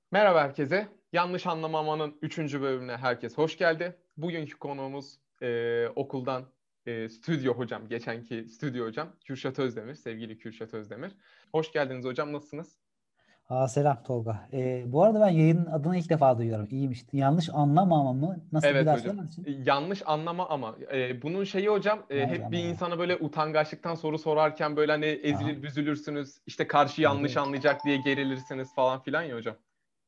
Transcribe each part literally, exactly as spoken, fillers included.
Merhaba herkese. Yanlış Anlamamanın üçüncü bölümüne herkes hoş geldi. Bugünkü konuğumuz e, okuldan e, stüdyo hocam, geçenki stüdyo hocam Kürşat Özdemir, sevgili Kürşat Özdemir. Hoş geldiniz hocam, nasılsınız? Aa, selam Tolga. Ee, bu arada ben yayının adını ilk defa duyuyorum. İyiymiş. Yanlış anlamamam mı? Nasıl bir Evet daha hocam. söyler E, misin? Yanlış anlama ama e, bunun şeyi hocam e, Yanlış hep bir anlamam. insana böyle utangaçlıktan soru sorarken böyle hani Aha. ezilir büzülürsünüz, işte karşı Evet, yanlış evet. anlayacak diye gerilirsiniz falan filan ya hocam.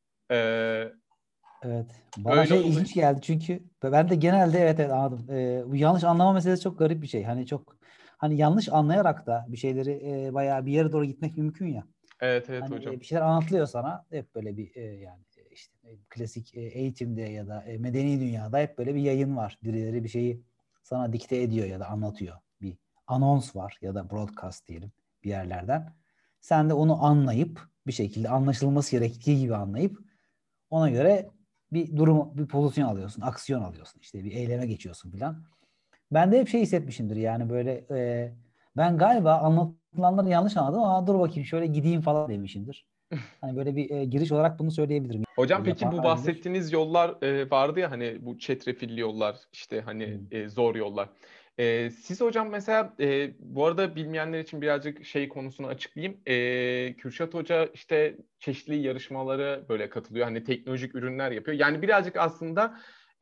E, Evet. Bana öyle şey oldu. ilginç geldi çünkü ben de genelde evet evet anladım. Ee, bu yanlış anlama meselesi çok garip bir şey. Hani çok hani yanlış anlayarak da bir şeyleri e, bayağı bir yere doğru gitmek mümkün ya. Evet evet Hani hocam. e, bir şeyler anlatılıyor sana hep böyle bir e, yani e, işte e, klasik e, eğitimde ya da e, medeni dünyada hep böyle bir yayın var. Birileri bir şeyi sana dikte ediyor ya da anlatıyor. Bir anons var ya da broadcast diyelim bir yerlerden. Sen de onu anlayıp bir şekilde anlaşılması gerektiği gibi anlayıp ona göre bir durum, bir pozisyon alıyorsun, aksiyon alıyorsun. İşte bir eyleme geçiyorsun filan. Ben de hep şey hissetmişimdir yani böyle e, ben galiba anlatılanları yanlış anladım ama dur bakayım şöyle gideyim falan demişimdir. Hani böyle bir e, giriş olarak bunu söyleyebilirim. Hocam peki bu Yapanlar bilir. bahsettiğiniz yollar e, vardı ya hani bu çetrefilli yollar işte hani Hmm. e, zor yollar. E, siz hocam mesela e, bu arada bilmeyenler için birazcık şey konusunu açıklayayım. E, Kürşat Hoca işte çeşitli yarışmalara böyle katılıyor. Hani teknolojik ürünler yapıyor. Yani birazcık aslında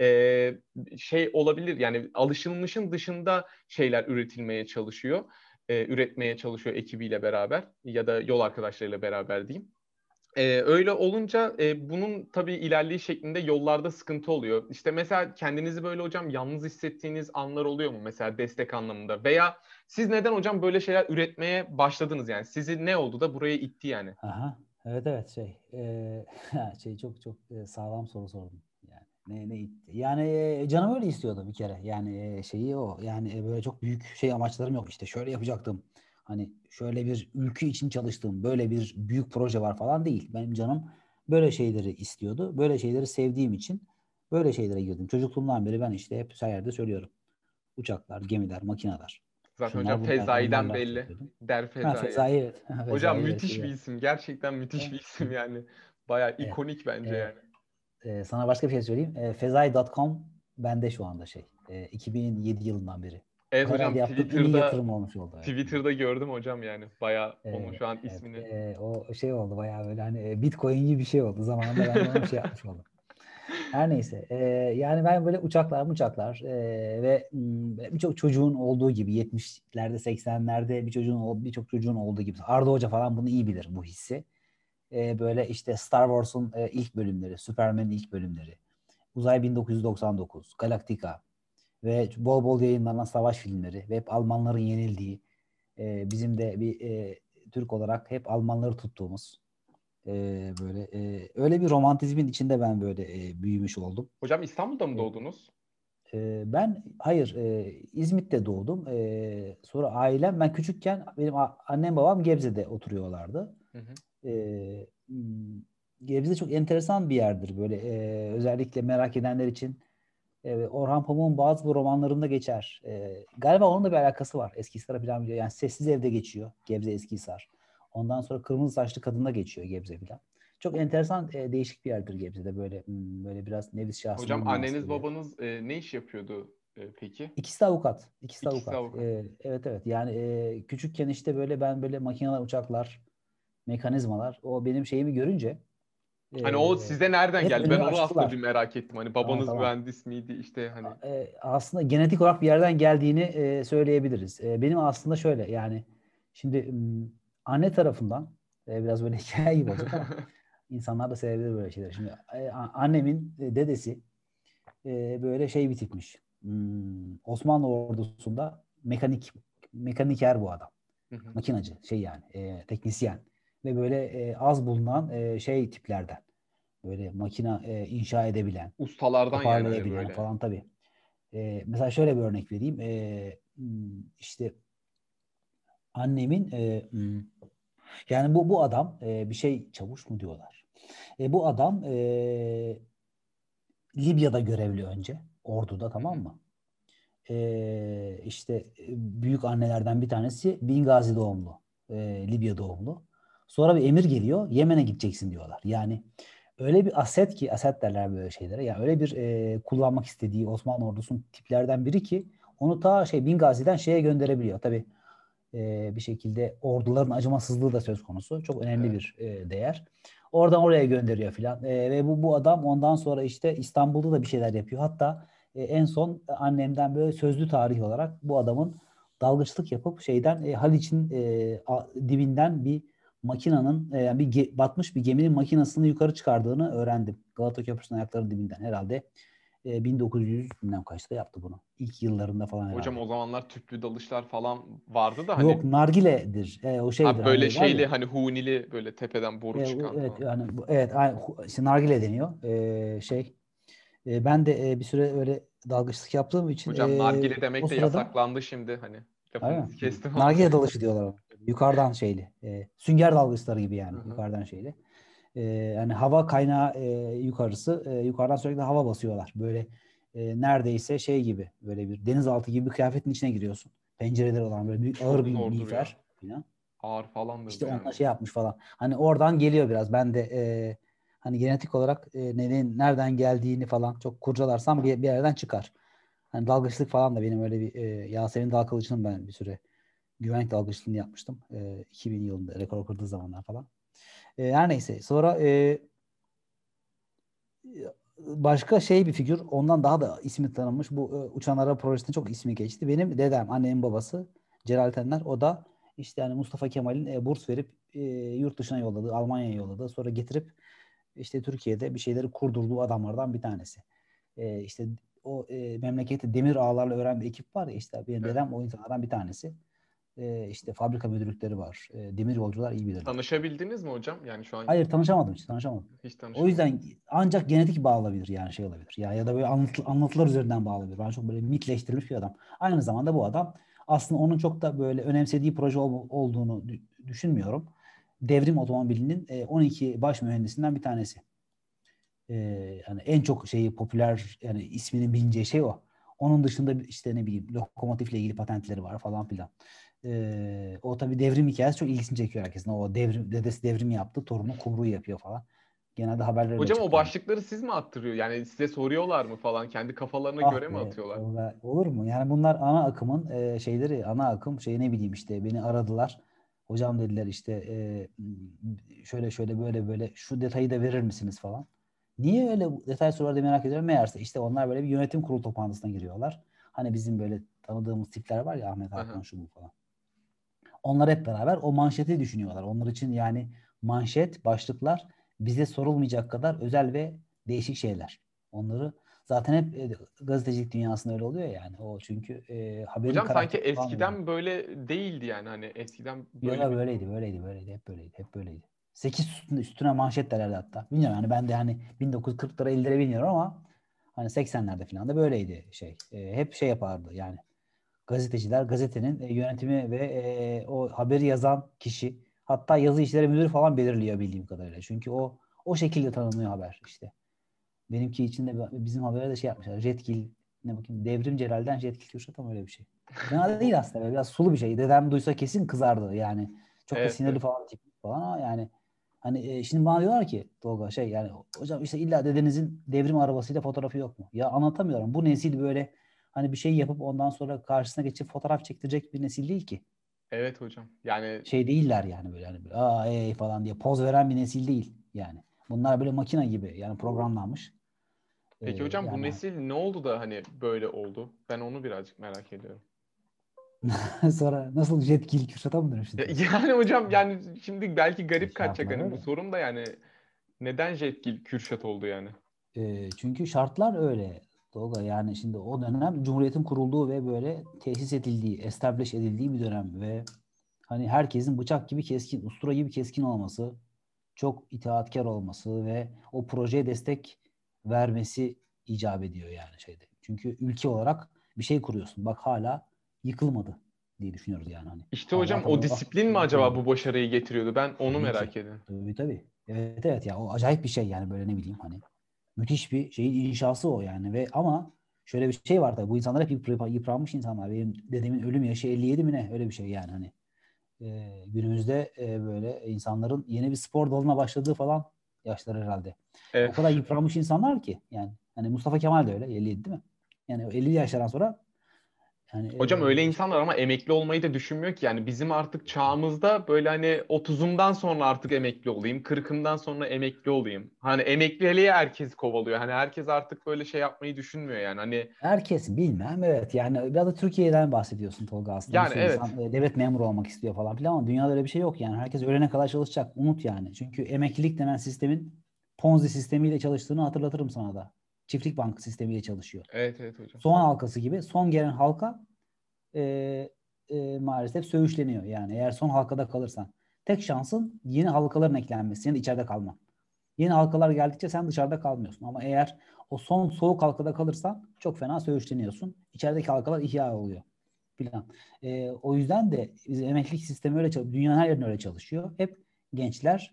e, şey olabilir yani alışılmışın dışında şeyler üretilmeye çalışıyor. E, üretmeye çalışıyor ekibiyle beraber ya da yol arkadaşlarıyla beraber diyeyim. Ee, öyle olunca e, bunun tabii ilerleyiş şeklinde yollarda sıkıntı oluyor. İşte mesela kendinizi böyle hocam yalnız hissettiğiniz anlar oluyor mu mesela destek anlamında? Veya siz neden hocam böyle şeyler üretmeye başladınız yani? Sizi ne oldu da buraya itti yani? Aha. Evet evet şey e, şey çok çok e, sağlam soru sordum. Yani ne ne itti? Yani e, canım öyle istiyordu bir kere. Yani e, şeyi o. Yani e, böyle çok büyük şey amaçlarım yok. İşte şöyle yapacaktım. Hani şöyle bir ülke için çalıştığım böyle bir büyük proje var falan değil. Benim canım böyle şeyleri istiyordu. Böyle şeyleri sevdiğim için böyle şeylere girdim. Çocukluğumdan beri ben işte hep her yerde söylüyorum. Uçaklar, gemiler, makineler. Zaten hocam Şunlar bunlar Fezai'den onlarla belli. yapıyordum. Der Ha Fezai. Fezai evet. Hocam Fezai böyle müthiş bir şey. isim. Gerçekten müthiş bir isim yani. Bayağı Evet. ikonik bence E, yani. e, sana başka bir şey söyleyeyim. E, fezai nokta com bende şu anda şey. E, iki bin yedi yılından beri. Evet Bu herhalde hocam yaptığım en iyi Twitter'da yatırım olmuş oldu. Evet. Hı. Twitter'da gördüm hocam yani. Bayağı E, onun şu an evet. ismini. E, o şey oldu bayağı böyle hani e, Bitcoin gibi bir şey oldu. Zamanında ben de onu şey yapmış oldum. Her neyse. E, yani ben böyle uçaklar uçaklar e, ve m, birçok çocuğun olduğu gibi yetmişlerde seksenlerde bir çocuğun birçok çocuğun olduğu gibi Arda Hoca falan bunu iyi bilir bu hissi. E, böyle işte Star Wars'un e, ilk bölümleri, Superman'in ilk bölümleri, Uzay bin dokuz yüz doksan dokuz, Galaktika ve bol bol yayınlanan savaş filmleri ve hep Almanların yenildiği, e, bizim de bir e, Türk olarak hep Almanları tuttuğumuz e, böyle e, öyle bir romantizmin içinde ben böyle e, büyümüş oldum. Hocam İstanbul'da mı E, doğdunuz? e, ben hayır e, İzmit'te doğdum. E, sonra ailem ben küçükken benim a- annem babam Gebze'de oturuyorlardı. Hı hı. E, hmm, Gebze çok enteresan bir yerdir böyle e, özellikle merak edenler için. E, Orhan Pamuk'un bazı bu romanlarında geçer. E, galiba onun da bir alakası var. Eskihisar'a falan biliyor. Yani Sessiz Ev'de geçiyor. Gebze Eskihisar. Ondan sonra Kırmızı Saçlı Kadın'da geçiyor Gebze falan. Çok enteresan e, değişik bir yerdir Gebze'de böyle hmm, böyle biraz Nevis Hocam şahsının anneniz münasır bir yer. babanız e, ne iş yapıyordu e, peki? İkisi de avukat. İkisi de İkisi de avukat. avukat. E, evet evet. Yani e, küçükken işte böyle ben böyle makineler, uçaklar, mekanizmalar o benim şeyimi görünce Hani o e, size nereden hep geldi? Ben önümü onu aslında bir açtılar. merak ettim. Hani Tamam babanız tamam. mühendis miydi işte hani. e, aslında genetik olarak bir yerden geldiğini e, söyleyebiliriz. E, benim aslında şöyle yani şimdi m, anne tarafından e, biraz böyle hikaye gibi olacak ama insanlar da sevebilir böyle şeyler. Şimdi e, a- annemin e, dedesi e, böyle şey bir tipmiş. Hmm, Osmanlı ordusunda mekanik mekaniker bu adam. Hı hı. Makinacı şey yani e, teknisyen ve böyle e, az bulunan e, şey tiplerden. Böyle makina e, inşa edebilen, Ustalardan yani hani toparlayabilen böyle. falan tabii. E, mesela şöyle bir örnek vereyim. E, hmm, işte annemin e, hmm, yani bu bu adam e, bir şey çavuş mu diyorlar. E, bu adam e, Libya'da görevli önce. Orduda Hı tamam hı. mı? E, işte e, büyük annelerden bir tanesi Bingazi doğumlu. E, Libya doğumlu. Sonra bir emir geliyor. Yemen'e gideceksin diyorlar. Yani öyle bir aset ki, aset derler böyle şeylere. Yani öyle bir e, kullanmak istediği Osmanlı ordusunun tiplerden biri ki onu ta şey Bingazi'den şeye gönderebiliyor. Tabii e, bir şekilde orduların acımasızlığı da söz konusu. Çok önemli Evet. bir e, değer. Oradan oraya gönderiyor filan. E, ve bu bu adam ondan sonra işte İstanbul'da da bir şeyler yapıyor. Hatta e, en son annemden böyle sözlü tarih olarak bu adamın dalgıçlık yapıp şeyden e, Haliç'in e, a- dibinden bir makinanın e, yani bir ge- batmış bir geminin makinasını yukarı çıkardığını öğrendim. Galata Köprüsü'nün ayaklarının dibinden herhalde e, bin dokuz yüz bilmem kaçta yaptı bunu. İlk yıllarında falan Hocam herhalde. o zamanlar tüplü dalışlar falan vardı da Yok, hani nargiledir. E, o şeydir abi böyle hani var şeyli ya. hani hunili böyle tepeden boru E, o- çıkan evet falan. yani bu- evet aynı, hu- işte nargile deniyor. E, şey e, ben de e, bir süre öyle dalgıçlık yaptığım için Hocam e, nargile demek o de sırada yasaklandı şimdi hani. öyle mi? Lafınızı Hı. kestim ama. Nargile dalışı diyorlar ona. Yukarıdan şeyli. E, sünger dalgıçları gibi Hı yani. hı. Yukarıdan şeyli. E, yani hava kaynağı e, yukarısı. E, yukarıdan sürekli hava basıyorlar. Böyle e, neredeyse şey gibi. Böyle bir denizaltı gibi bir kıyafetin içine giriyorsun. Pencereleri olan böyle büyük ağır Çok bir zordur ya. miğfer falan. Ağır falandır İşte da yani onunla o. şey yapmış falan. Hani oradan geliyor biraz. Ben de e, hani genetik olarak e, neden, nereden geldiğini falan çok kurcalarsam bir, bir yerden çıkar. Hani dalgıçlık falan da benim öyle bir e, Yasemin Dalkılıç'ın ben bir süre güvenlik dalgıçlığını yapmıştım. E, iki bin yılında rekor kırdığı zamanlar falan. E, her neyse. Sonra e, başka şey bir figür. Ondan daha da ismi tanınmış. Bu e, Uçan Araba projesinde çok ismi geçti. Benim dedem, annemin babası Celal Tener. O da işte yani Mustafa Kemal'in e, burs verip e, yurt dışına yolladığı, Almanya'ya yolladığı, sonra getirip işte Türkiye'de bir şeyleri kurdurduğu adamlardan bir tanesi. E, işte o e, memlekette demir ağlarla öğren bir ekip var ya, işte benim Evet. dedem o insanlardan bir tanesi. E, işte fabrika müdürlükleri var. E, demir yolcular iyi bilirler. Tanışabildiniz mi hocam? Yani şu an Hayır, tanışamadım hiç tanışamadım. hiç O tanışamadınız. yüzden ancak genetik bağ olabilir yani şey olabilir. Ya ya da böyle anlatı, anlatılar üzerinden bağ olabilir. Ben çok böyle mitleştirilmiş bir adam. Aynı zamanda bu adam aslında onun çok da böyle önemsediği proje ol- olduğunu dü- düşünmüyorum. Devrim otomobilinin e, on iki baş mühendisinden bir tanesi. E, yani en çok şeyi popüler yani isminin bilineceği şey o. Onun dışında işte ne bileyim lokomotifle ilgili patentleri var falan filan. E, o tabii devrim hikayesi çok ilgisini çekiyor herkesin. O devrim, dedesi devrim yaptı, torunu kumruyu yapıyor falan. Genelde haberler öyle Hocam o çıktı yani. başlıkları siz mi attırıyor? Yani size soruyorlar mı falan? Kendi kafalarına Ah göre mi be atıyorlar? Tolga, olur mu? Yani bunlar ana akımın e, şeyleri, ana akım şey ne bileyim işte beni aradılar. Hocam dediler işte e, şöyle şöyle böyle böyle şu detayı da verir misiniz falan. Niye öyle bu detay soruları diye merak ediyorum. Meğerse işte onlar böyle bir yönetim kurulu toplantısına giriyorlar. Hani bizim böyle tanıdığımız tipler var ya, Ahmet Hakan Aha. şu bu falan. Onlar hep beraber o manşeti düşünüyorlar. Onlar için yani manşet, başlıklar bize sorulmayacak kadar özel ve değişik şeyler. Onları zaten hep e, gazetecilik dünyasında öyle oluyor yani. O çünkü e, haberin Hocam sanki karakteri falan öyle. eskiden böyle değildi yani hani eskiden Ya böyle da bir böyleydi, böyleydi, böyleydi, hep böyleydi, hep böyleydi. Sekiz üstüne, üstüne manşet derlerdi hatta. Bilmiyorum yani ben de hani bin dokuz yüz kırklara ellilere bilmiyorum ama hani seksenlerde falan da böyleydi şey. E, hep şey yapardı yani. Gazeteciler, gazetenin e, yönetimi ve e, o haberi yazan kişi, hatta yazı işleri müdürü falan belirliyor bildiğim kadarıyla. Çünkü o o şekilde tanımlıyor haber işte. Benimki içinde bizim habere de şey yapmışlar. Jetkil ne bakayım Devrim Celal'den Jetkil Kürşat ama öyle bir şey. Fena değil aslında. Böyle biraz sulu bir şey. Dedem duysa kesin kızardı yani. Çok da evet, sinirli evet. falan tip falan ama yani hani e, şimdi bana diyorlar ki Tolga şey yani hocam işte illa dedenizin devrim arabasıyla fotoğrafı yok mu? Ya anlatamıyorum. Bu nesil böyle hani bir şey yapıp ondan sonra karşısına geçip fotoğraf çektirecek bir nesil değil ki. Evet hocam. Yani Şey değiller yani böyle hani böyle, aa ey falan diye poz veren bir nesil değil yani. Bunlar böyle makine gibi yani programlanmış. Ee, peki hocam bu yani nesil ne oldu da hani böyle oldu? Ben onu birazcık merak ediyorum. sonra nasıl yetkili Kürşat'a mı dönüştü Ya- diyorsun? Yani hocam yani şimdi belki E, garip kaçacak şartlar hani bu öyle. sorum da yani neden Jetgil Kürşat oldu yani? E, çünkü şartlar öyle. Tolga yani şimdi o dönem Cumhuriyet'in kurulduğu ve böyle tesis edildiği, establish edildiği bir dönem ve hani herkesin bıçak gibi keskin, ustura gibi keskin olması, çok itaatkar olması ve o projeye destek vermesi icap ediyor yani şeyde. Çünkü ülke olarak bir şey kuruyorsun. Bak hala yıkılmadı diye düşünüyoruz yani hani. İşte Hala hocam tam o olarak disiplin mi acaba yıkılmadı. bu başarıyı getiriyordu? Ben onu Tabii ki. merak ediyorum. Tabii tabii. Evet evet ya o acayip bir şey yani böyle ne bileyim hani müthiş bir şeyin inşası o yani ve ama şöyle bir şey var tabii bu insanlar hep yıpra- yıpranmış insanlar. Benim dedemin ölüm yaşı elli yedi mi ne öyle bir şey yani hani. Ee, günümüzde e, böyle insanların yeni bir spor dalına başladığı falan yaşları herhalde. Evet. O kadar yıpranmış insanlar ki yani. Hani Mustafa Kemal de öyle elli yedi değil mi? Yani elli yaşlardan sonra yani Hocam öyle e, insanlar ama emekli olmayı da düşünmüyor ki. Yani bizim artık çağımızda böyle hani otuzumdan sonra artık emekli olayım, kırkımdan sonra emekli olayım. Hani emekliliğe herkes kovalıyor. Hani herkes artık böyle şey yapmayı düşünmüyor yani. Hani herkes bilmem evet yani biraz da Türkiye'den bahsediyorsun Tolga aslında. Bir yani sürü evet. insan e, devlet memuru olmak istiyor falan filan ama dünyada öyle bir şey yok yani. Herkes ölene kadar çalışacak. Unut yani. Çünkü emeklilik denen sistemin Ponzi sistemiyle çalıştığını hatırlatırım sana da. Çiftlik bank sistemiyle çalışıyor. Evet evet hocam. Son halkası gibi son gelen halka e, e, maalesef söğüşleniyor. Yani eğer son halkada kalırsan. Tek şansın yeni halkaların eklenmesi. Senin içeride kalman. Yeni halkalar geldikçe sen dışarıda kalmıyorsun. Ama eğer o son soğuk halkada kalırsan çok fena söğüşleniyorsun. İçerideki halkalar ihya oluyor filan. E, o yüzden de bizim emeklilik sistemi öyle çalışıyor. Dünyanın her yerinde öyle çalışıyor. Hep gençler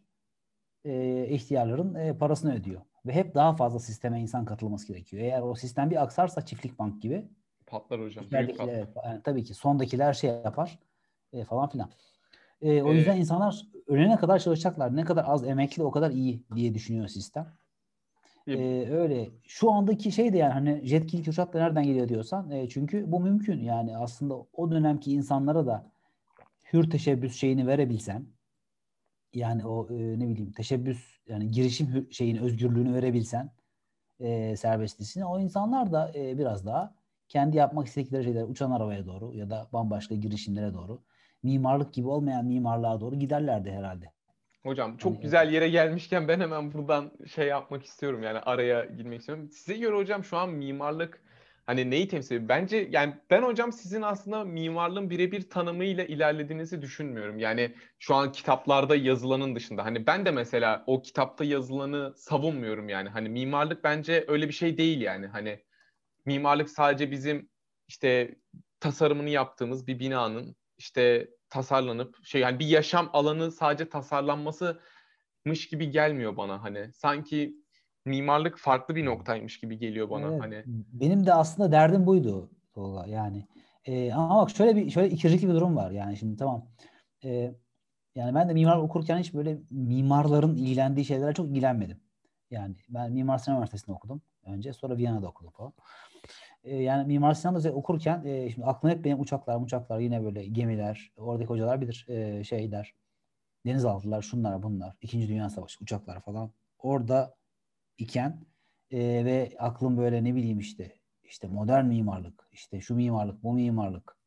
e, ihtiyarların e, parasını ödüyor. Ve hep daha fazla sisteme insan katılması gerekiyor. Eğer o sistem bir aksarsa çiftlik bank gibi Patlar hocam. Büyük içeridekiler patlar. evet, yani tabii ki sondakiler şey yapar e, falan filan. E, o Ee, yüzden insanlar ölene kadar çalışacaklar. Ne kadar az emekli o kadar iyi diye düşünüyor sistem. e, E, öyle. Şu andaki şey de yani hani jet kill Kürşat da nereden geliyor diyorsan. E, çünkü bu mümkün. Yani aslında o dönemki insanlara da hür teşebbüs şeyini verebilsen yani o e, ne bileyim teşebbüs yani girişim hür- şeyin özgürlüğünü verebilsen e, serbestliğini o insanlar da e, biraz daha kendi yapmak istedikleri şeyler uçan arabaya doğru ya da bambaşka girişimlere doğru mimarlık gibi olmayan mimarlığa doğru giderlerdi herhalde. Hocam Hani çok e, güzel yere gelmişken ben hemen buradan şey yapmak istiyorum yani araya girmek istiyorum. Size göre hocam şu an mimarlık hani neyi temsil ediyor? Bence yani ben hocam sizin aslında mimarlığın birebir tanımıyla ilerlediğinizi düşünmüyorum. Yani şu an kitaplarda yazılanın dışında hani ben de mesela o kitapta yazılanı savunmuyorum yani. Hani mimarlık bence öyle bir şey değil yani. Hani mimarlık sadece bizim işte tasarımını yaptığımız bir binanın işte tasarlanıp şey yani bir yaşam alanı sadece tasarlanmasımış gibi gelmiyor bana hani. Sanki mimarlık farklı bir noktaymış gibi geliyor bana evet, hani. benim de aslında derdim buydu Tolga yani. E, ama bak şöyle bir şöyle ikircikli bir durum var yani şimdi tamam. E, Yani ben de mimar okurken hiç böyle mimarların ilgilendiği şeylere çok ilgilenmedim. Yani ben Mimar Sinan Üniversitesi'nde okudum önce. Sonra Viyana'da okudum falan. Ee, yani Mimar Sinan'da okurken e, şimdi aklıma hep benim uçaklar, uçaklar yine böyle gemiler, oradaki hocalar bilir e, şeyler, denizaltılar, şunlar bunlar, İkinci Dünya Savaşı, uçaklar falan. Orada iken e, ve aklım böyle ne bileyim işte işte modern mimarlık, işte şu mimarlık, bu mimarlık,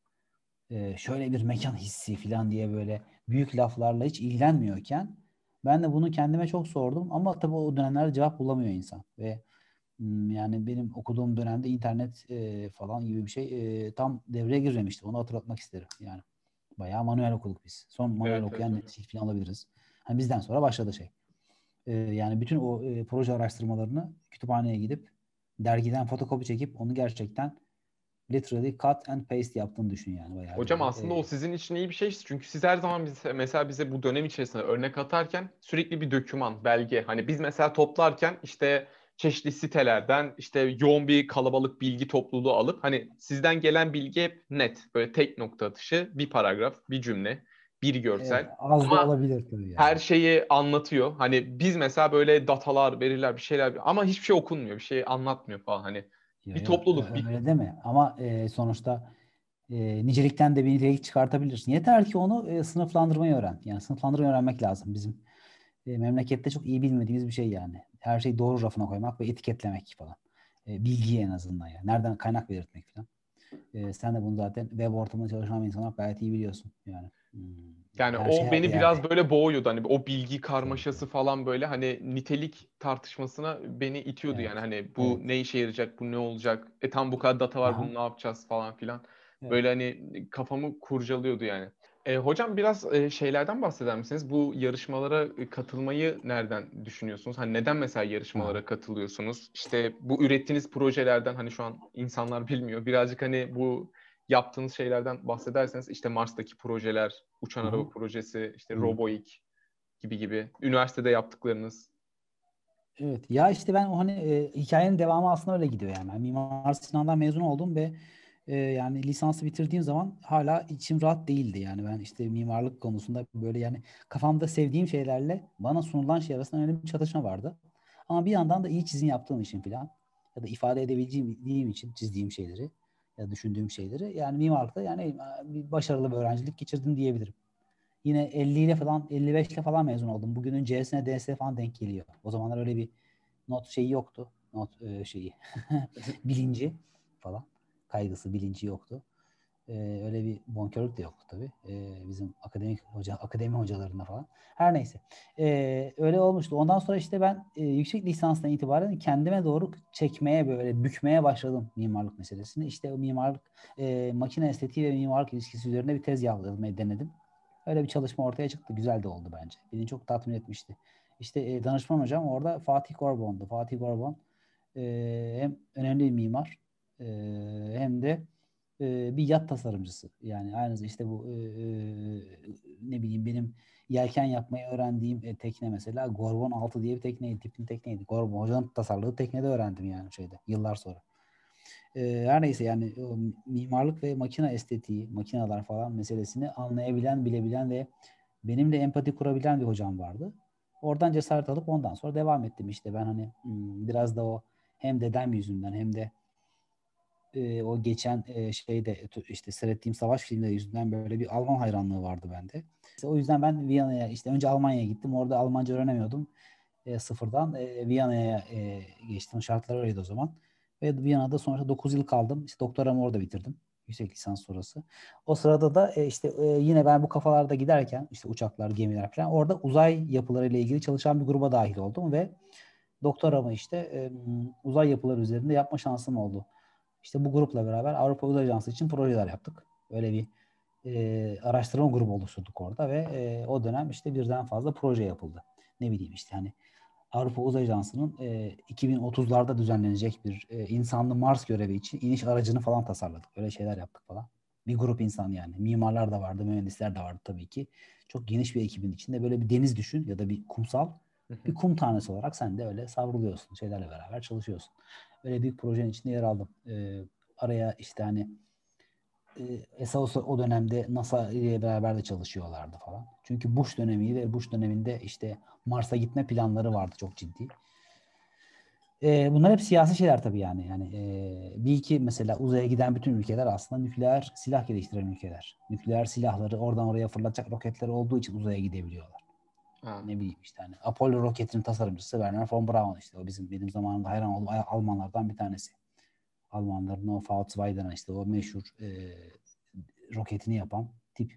e, şöyle bir mekan hissi falan diye böyle büyük laflarla hiç ilgilenmiyorken ben de bunu kendime çok sordum ama tabii o dönemlerde cevap bulamıyor insan ve m, yani benim okuduğum dönemde internet e, falan gibi bir şey e, tam devreye girmemişti. Onu hatırlatmak isterim yani. Bayağı manuel okuduk biz. Son manuel Evet evet okuyan hocam. nesil falan alabiliriz. Hani bizden sonra başladı şey. E, yani bütün o e, proje araştırmalarını kütüphaneye gidip dergiden fotokopi çekip onu gerçekten literally cut and paste yaptığını düşün yani bayağı Hocam böyle. aslında o sizin için iyi bir şey. Çünkü siz her zaman bize, mesela bize bu dönem içerisinde örnek atarken sürekli bir doküman, belge. Hani biz mesela toplarken işte çeşitli sitelerden işte yoğun bir kalabalık bilgi topluluğu alıp hani sizden gelen bilgi hep net. Böyle tek nokta atışı, bir paragraf, bir cümle, bir Evet, görsel. az da Ama olabilir tabii her yani. şeyi anlatıyor. Hani biz mesela böyle datalar, veriler, bir şeyler ama hiçbir şey okunmuyor, bir şey anlatmıyor falan. Hani Yok bir yok topluluk, ö- bir öyle deme ama e, sonuçta e, nicelikten de bir nitelik çıkartabilirsin. Yeter ki onu e, sınıflandırmayı öğren. Yani sınıflandırmayı öğrenmek lazım. Bizim e, memlekette çok iyi bilmediğimiz bir şey yani. Her şeyi doğru rafına koymak ve etiketlemek falan. E, bilgiyi en azından yani. Nereden kaynak belirtmek falan. E, sen de bunu zaten web ortamında çalışan bir insan olarak gayet iyi biliyorsun. Yani hmm, yani yani her şey o her beni biraz yerde. böyle boğuyordu. Hani o bilgi Tabii karmaşası tabii. falan böyle hani nitelik tartışmasına beni itiyordu Evet. yani. Hani bu Evet. ne işe yarayacak, bu ne olacak? E tam bu kadar data var, bunu Aha. ne yapacağız falan filan. Evet. Böyle hani kafamı kurcalıyordu yani. E, hocam biraz e, şeylerden bahseder misiniz? Bu yarışmalara e, katılmayı nereden düşünüyorsunuz? Hani neden mesela Aha. yarışmalara katılıyorsunuz? İşte bu ürettiğiniz projelerden hani şu an insanlar bilmiyor. Birazcık hani bu yaptığınız şeylerden bahsederseniz işte Mars'taki projeler, uçan Aha. araba projesi, işte Hı. Roboik gibi gibi. Üniversitede yaptıklarınız. Evet. Ya işte ben o hani e, hikayenin devamı aslında öyle gidiyor yani. Ben Mimar Sinan'dan mezun oldum ve Ee, yani lisansı bitirdiğim zaman hala içim rahat değildi. Yani ben işte mimarlık konusunda böyle yani kafamda sevdiğim şeylerle bana sunulan şey arasında önemli bir çatışma vardı. Ama bir yandan da iyi çizim yaptığım için falan ya da ifade edebildiğim için çizdiğim şeyleri ya da düşündüğüm şeyleri yani mimarlıkta yani bir başarılı bir öğrencilik geçirdim diyebilirim. Yine elli ile falan elli beş ile falan mezun oldum. Bugünün C'sine D'sine falan denk geliyor. O zamanlar öyle bir not şeyi yoktu. Not e, şeyi bilinci falan. Kaygısı, bilinci yoktu. E, öyle bir bonkörlük de yoktu tabii. E, bizim akademik hoca, akademi hocalarında falan. Her neyse. E, öyle olmuştu. Ondan sonra işte ben e, yüksek lisanstan itibaren kendime doğru çekmeye böyle bükmeye başladım mimarlık meselesini. İşte o mimarlık e, makine estetiği ve mimarlık ilişkisi üzerine bir tez yazmayı denedim. Öyle bir çalışma ortaya çıktı. Güzel de oldu bence. Beni çok tatmin etmişti. İşte e, danışman hocam orada Fatih Gorbon'du. Fatih Gorbon e, hem önemli bir mimar e, hem de e, bir yat tasarımcısı. Yani aynı işte bu e, e, ne bileyim benim yelken yapmayı öğrendiğim e, tekne mesela Gorbon altı diye bir tekneydi. Tipli tekneydi. Gorbon hocanın tasarladığı teknede öğrendim yani şeyde yıllar sonra. E, her neyse yani o mimarlık ve makine estetiği, makineler falan meselesini anlayabilen, bilebilen ve benimle empati kurabilen bir hocam vardı. Oradan cesaret alıp ondan sonra devam ettim işte. Ben hani hmm, biraz da o hem dedem yüzünden hem de e, o geçen e, şeyde işte seyrettiğim savaş filmleri yüzünden böyle bir Alman hayranlığı vardı bende. İşte o yüzden ben Viyana'ya işte önce Almanya'ya gittim. Orada Almanca öğrenemiyordum. E, sıfırdan e, Viyana'ya e, geçtim. Şartlar öyleydi o zaman. Ve Viyana'da sonra dokuz yıl kaldım. İşte doktoramı orada bitirdim. Yüksek lisans sonrası. O sırada da e, işte e, yine ben bu kafalarda giderken işte uçaklar, gemiler falan orada uzay yapılarıyla ilgili çalışan bir gruba dahil oldum ve doktoramı işte e, uzay yapıları üzerinde yapma şansım oldu. İşte bu grupla beraber Avrupa Uzay Ajansı için projeler yaptık. Öyle bir e, araştırma grubu oluşturduk orada ve e, o dönem işte birden fazla proje yapıldı. Ne bileyim işte hani Avrupa Uzay Ajansı'nın e, iki bin otuzlarda düzenlenecek bir e, insanlı Mars görevi için iniş aracını falan tasarladık. Öyle şeyler yaptık falan. Bir grup insan yani. Mimarlar da vardı, mühendisler de vardı tabii ki. Çok geniş bir ekibin içinde böyle bir deniz düşün ya da bir kumsal. Bir kum tanesi olarak sen de öyle savruluyorsun. Şeylerle beraber çalışıyorsun. Öyle büyük projenin içinde yer aldım. E, araya işte hani e, esas o dönemde NASA ile beraber de çalışıyorlardı falan. Çünkü Bush dönemiydi ve Bush döneminde işte Mars'a gitme planları vardı çok ciddi. E, bunlar hep siyasi şeyler tabii yani. Yani e, bir iki mesela uzaya giden bütün ülkeler aslında nükleer silah geliştiren ülkeler. Nükleer silahları oradan oraya fırlatacak roketleri olduğu için uzaya gidebiliyorlar. Ha. Ne bileyim işte hani Apollo roketinin tasarımcısı Werner von Braun işte o bizim benim zamanımda hayran olduğum Almanlardan bir tanesi. Almanların o V iki'den işte o meşhur e, roketini yapan tip.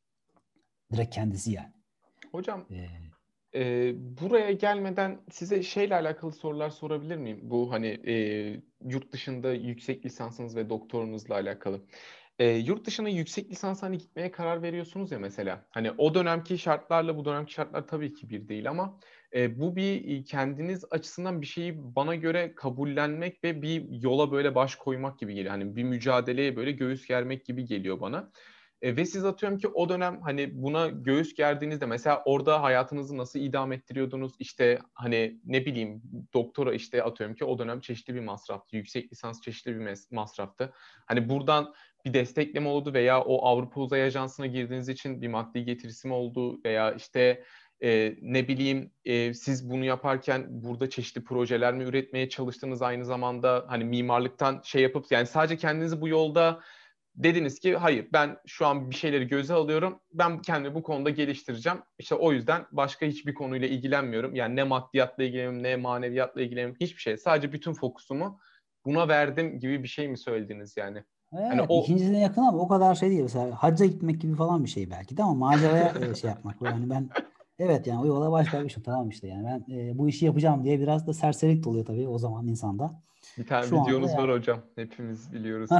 Direkt kendisi yani. Hocam, E, e, buraya gelmeden size şeyle alakalı sorular sorabilir miyim? Bu hani e, yurt dışında yüksek lisansınız ve doktorunuzla alakalı. E, yurt dışına yüksek lisans hani gitmeye karar veriyorsunuz ya mesela. Hani o dönemki şartlarla bu dönemki şartlar tabii ki bir değil ama e, bu bir e, kendiniz açısından bir şeyi bana göre kabullenmek ve bir yola böyle baş koymak gibi geliyor. Hani bir mücadeleye böyle göğüs germek gibi geliyor bana. E, ve siz atıyorum ki o dönem hani buna göğüs gerdiğinizde mesela orada hayatınızı nasıl idame ettiriyordunuz? İşte hani ne bileyim doktora işte atıyorum ki o dönem çeşitli bir masraftı. Yüksek lisans çeşitli bir mes- masraftı. Hani buradan bir destekleme oldu veya o Avrupa Uzay Ajansı'na girdiğiniz için bir maddi getirisi mi oldu veya işte e, ne bileyim e, siz bunu yaparken burada çeşitli projeler mi üretmeye çalıştınız aynı zamanda hani mimarlıktan şey yapıp yani sadece kendinizi bu yolda dediniz ki hayır ben şu an bir şeyleri göze alıyorum. Ben kendimi bu konuda geliştireceğim. İşte o yüzden başka hiçbir konuyla ilgilenmiyorum. Yani ne maddiyatla ilgileniyorum ne maneviyatla ilgileniyorum. Hiçbir şey. Sadece bütün fokusumu buna verdim gibi bir şey mi söylediniz yani? Hani evet o ikincisine yakın ama o kadar şey değil. Mesela hacca gitmek gibi falan bir şey belki de ama maceraya e, şey yapmak. Böyle hani ben evet yani o yola baş koymuşum tamam işte yani ben e, bu işi yapacağım diye biraz da serserilik de oluyor tabii o zaman insanda. bir tane Şu anda videonuz var yani hocam. Hepimiz biliyoruz.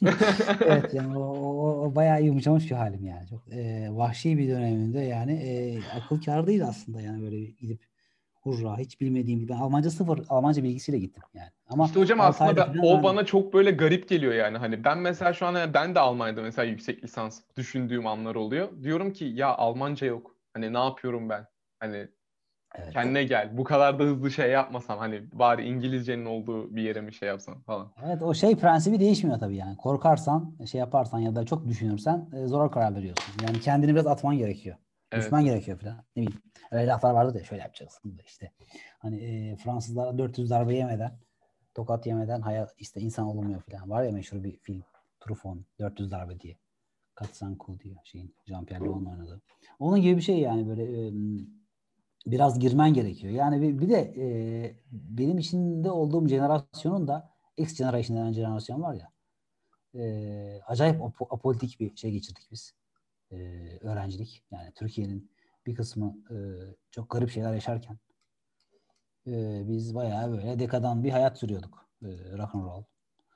evet yani o, o, o bayağı yumuşamış bir halim yani. Çok e, vahşi bir döneminde yani e, akıl kâr değil aslında yani böyle bir gidip hurra hiç bilmediğim gibi. Ben Almanca sıfır Almanca bilgisiyle gittim yani. Ama İşte hocam altı aslında ayda ben, falan o ben bana çok böyle garip geliyor yani. Hani ben mesela şu an hani ben de Almanya'da mesela yüksek lisans düşündüğüm anlar oluyor. Diyorum ki ya Almanca yok. Hani ne yapıyorum ben? Hani Evet. Kendine gel. Bu kadar da hızlı şey yapmasam hani bari İngilizcenin olduğu bir yere mi şey yapsam falan. Evet, o şey prensibi değişmiyor tabii yani. Korkarsan, şey yaparsan ya da çok düşünürsen e, zor karar veriyorsun. Yani kendini biraz atman gerekiyor. Evet. Düşman gerekiyor falan. Ne bileyim. Öyle laflar vardı da şöyle yapacaksın da işte. Hani e, Fransızlara dört yüz darbe yemeden, tokat yemeden hayat işte insan olmuyor falan. Var ya meşhur bir film. Truffaut dört yüz darbe diye. Katsan Cool diyor şeyin. Jean-Pierre Léon'un oynadığı. Onun gibi bir şey yani böyle e, biraz girmen gerekiyor. Yani bir, bir de e, benim içinde olduğum jenerasyonun da X Generation denen jenerasyon var ya, e, acayip ap- apolitik bir şey geçirdik biz. E, öğrencilik. Yani Türkiye'nin bir kısmı e, çok garip şeyler yaşarken e, biz bayağı böyle dekadan bir hayat sürüyorduk. E, rock and roll.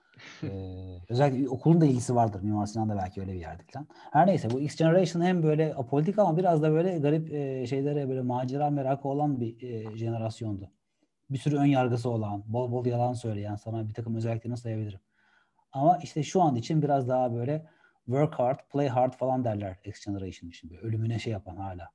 Ee, özellikle okulun da ilgisi vardır. Mimar Sinan da belki öyle bir yerde falan. Her neyse bu X Generation hem böyle apolitik ama biraz da böyle garip e, şeylere böyle macera merakı olan bir e, jenerasyondu. Bir sürü ön yargısı olan, bol bol yalan söyleyen, sana bir takım özelliklerini sayabilirim. Ama işte şu an için biraz daha böyle work hard, play hard falan derler X Generation için. Böyle ölümüne şey yapan hala.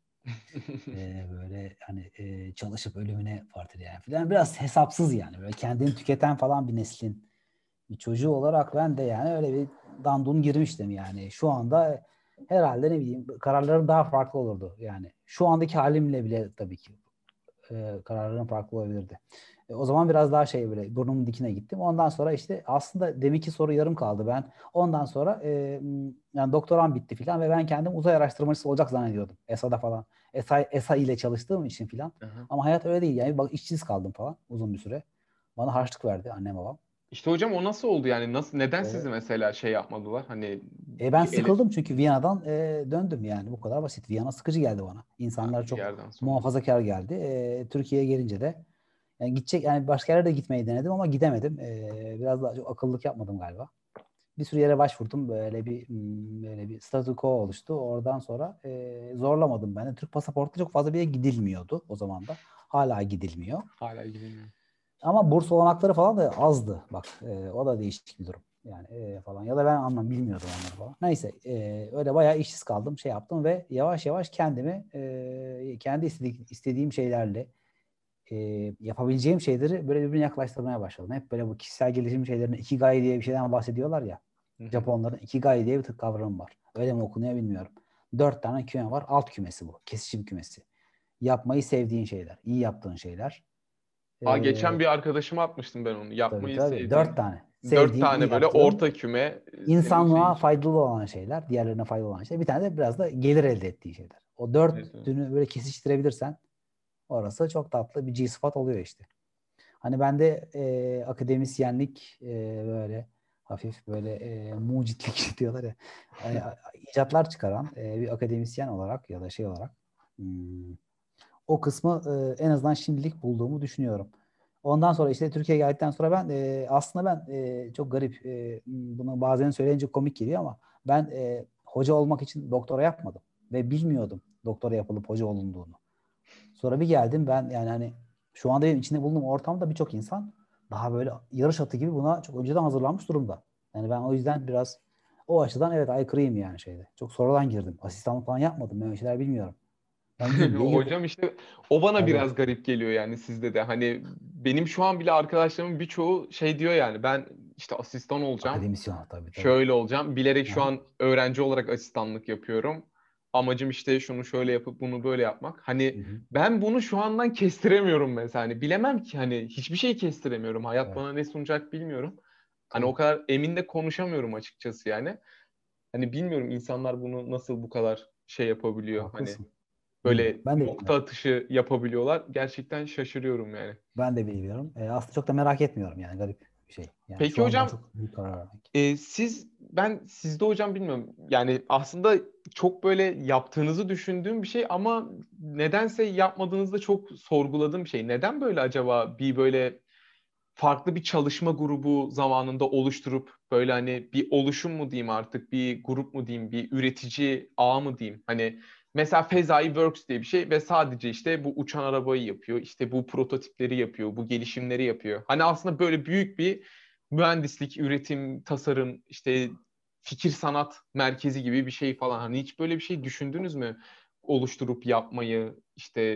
Ee, böyle hani e, çalışıp ölümüne partileyen falan. Biraz hesapsız yani. Böyle kendini tüketen falan bir neslin bir çocuğu olarak ben de yani öyle bir dandun girmiştim yani. Şu anda herhalde ne bileyim kararlarım daha farklı olurdu yani. Şu andaki halimle bile tabii ki e, kararlarım farklı olabilirdi. E, o zaman biraz daha şey böyle burnumun dikine gittim. Ondan sonra işte aslında deminki soru yarım kaldı. Ben ondan sonra e, yani doktoram bitti filan ve ben kendim uzay araştırmacısı olacak zannediyordum. E S A'da falan. E S A, E S A ile çalıştığım için filan. Aha. Ama hayat öyle değil. Yani bak işsiz kaldım falan uzun bir süre. Bana harçlık verdi annem babam. İşte hocam o nasıl oldu yani? Nasıl neden sizi E, mesela şey yapmadılar? Hani E ben bir ele sıkıldım çünkü Viyana'dan e, döndüm yani bu kadar basit. Viyana sıkıcı geldi bana. ha, İnsanlar bir çok yerden sonra. muhafazakar geldi. E, Türkiye'ye gelince de yani gidecek yani başka yerlere de gitmeyi denedim ama gidemedim. E, biraz daha çok akıllılık yapmadım galiba. Bir sürü yere başvurdum. Böyle bir hmm, böyle bir statü quo oluştu. Oradan sonra e, zorlamadım ben de. Türk pasaportla çok fazla bir yere gidilmiyordu o zaman da. Hala gidilmiyor. Hala gidilmiyor. Ama burs olanakları falan da azdı. Bak e, o da değişik bir durum. Yani e, falan ya da ben anlam bilmiyordum onları falan. Neyse e, öyle bayağı işsiz kaldım şey yaptım ve yavaş yavaş kendimi e, kendi istedik, istediğim şeylerle e, yapabileceğim şeyleri böyle birbirine yaklaştırmaya başladım. Hep böyle bu kişisel gelişim şeylerine ikigai diye bir şeyden bahsediyorlar ya. Hı hı. Japonların ikigai diye bir kavram var. Öyle mi okunuyor bilmiyorum. Dört tane küme var. Alt kümesi bu. Kesişim kümesi. Yapmayı sevdiğin şeyler. İyi yaptığın şeyler. Aa, E, geçen bir arkadaşıma atmıştım ben onu. Tabii Yapmayı tabii. Dört sevdiğim. tane. Dört Sevdiğin, iyi tane böyle yaptığın, orta küme e, senin şey insanlığa için. faydalı olan şeyler, diğerlerine faydalı olan şeyler. Bir tane de biraz da gelir elde ettiği şeyler. O Evet, evet. dörtünü böyle kesiştirebilirsen orası çok tatlı bir G-spot oluyor işte. Hani ben de e, akademisyenlik e, böyle hafif böyle e, mucitlik diyorlar ya. E, icatlar çıkaran e, bir akademisyen olarak ya da şey olarak hmm, o kısmı e, en azından şimdilik bulduğumu düşünüyorum. Ondan sonra işte Türkiye'ye geldikten sonra ben e, aslında ben e, çok garip e, bunu bazen söyleyince komik geliyor ama ben e, hoca olmak için doktora yapmadım ve bilmiyordum doktora yapılıp hoca olunduğunu. Sonra bir geldim ben yani hani şu anda benim içinde bulunduğum ortamda birçok insan daha böyle yarış atı gibi buna çok önceden hazırlanmış durumda. Yani ben o yüzden biraz o açıdan evet aykırıyım yani şeyde. Çok sonradan girdim. Asistanlık falan yapmadım. Ben öyle şeyler bilmiyorum. Ben güm diye girdim. Hocam işte o bana Tabii. biraz garip geliyor yani sizde de. Hani benim şu an bile arkadaşlarımın birçoğu şey diyor yani ben işte asistan olacağım. Akademisyen tabii tabii. Şöyle olacağım. Bilerek şu Aha. an öğrenci olarak asistanlık yapıyorum. Amacım işte şunu şöyle yapıp bunu böyle yapmak. Hı Hani hı. ben bunu şu andan kestiremiyorum mesela. Hani bilemem ki hani hiçbir şey kestiremiyorum. Hayat Evet. bana ne sunacak bilmiyorum. Hani o Tabii. kadar emin de konuşamıyorum açıkçası yani. Hani bilmiyorum insanlar bunu nasıl bu kadar şey yapabiliyor. Hani Haklısın. Bilmiyorum. böyle Ben de nokta bilmiyorum. atışı yapabiliyorlar. Gerçekten şaşırıyorum yani. Ben de bilmiyorum. E, aslında çok da merak etmiyorum yani garip bir şey. Yani Peki şu anda hocam çok büyük karar vermek. e, siz ben sizde hocam bilmiyorum. Yani aslında çok böyle yaptığınızı düşündüğüm bir şey ama nedense yapmadığınızda çok sorguladığım bir şey. Neden böyle acaba bir böyle farklı bir çalışma grubu zamanında oluşturup böyle hani bir oluşum mu diyeyim artık bir grup mu diyeyim bir üretici ağ mı diyeyim hani mesela Fezai Works diye bir şey ve sadece işte bu uçan arabayı yapıyor işte bu prototipleri yapıyor bu gelişimleri yapıyor hani aslında böyle büyük bir mühendislik üretim tasarım işte fikir sanat merkezi gibi bir şey falan hani hiç böyle bir şey düşündünüz mü oluşturup yapmayı işte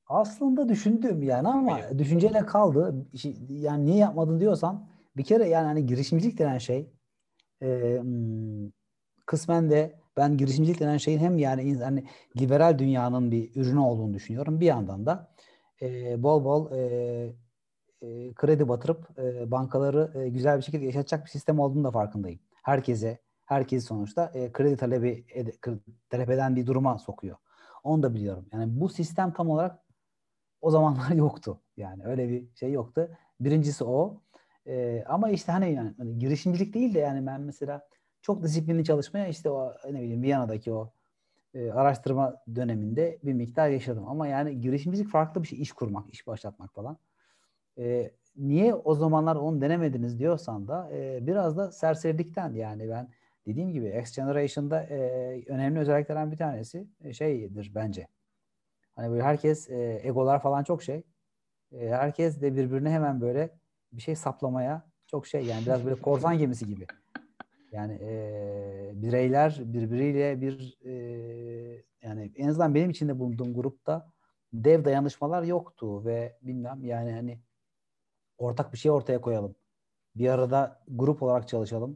Aslında düşündüm yani Hayır. ama düşünceyle kaldı. İşi- Yani niye yapmadın diyorsan bir kere yani hani girişimcilik denen şey e, hmm, kısmen de ben girişimcilik denen şeyin hem yani in- hani liberal dünyanın bir ürünü olduğunu düşünüyorum. Bir yandan da e, bol bol e, e, kredi batırıp e, bankaları e, güzel bir şekilde yaşatacak bir sistem olduğunu da farkındayım. Herkese, herkes sonuçta e, kredi talebi ede, kre- talep eden bir duruma sokuyor. Onu da biliyorum. Yani bu sistem tam olarak o zamanlar yoktu. Yani öyle bir şey yoktu. Birincisi o. E, ama işte hani yani hani girişimcilik değil de yani ben mesela çok disiplinli çalışmaya işte o ne bileyim Viyana'daki o e, araştırma döneminde bir miktar yaşadım. Ama yani girişimcilik farklı bir şey. İş kurmak, iş başlatmak falan. E, niye o zamanlar onu denemediniz diyorsan da e, biraz da serserilikten yani ben dediğim gibi X Generation'da e, önemli özelliklerden bir tanesi e, şeydir bence. Hani böyle herkes e, egolar falan çok şey. E, herkes de birbirine hemen böyle bir şey saplamaya çok şey yani biraz böyle korsan gemisi gibi. Yani e, bireyler birbiriyle bir e, yani en azından benim içinde bulunduğum grupta dev dayanışmalar yoktu ve bilmem yani hani ortak bir şey ortaya koyalım. Bir arada grup olarak çalışalım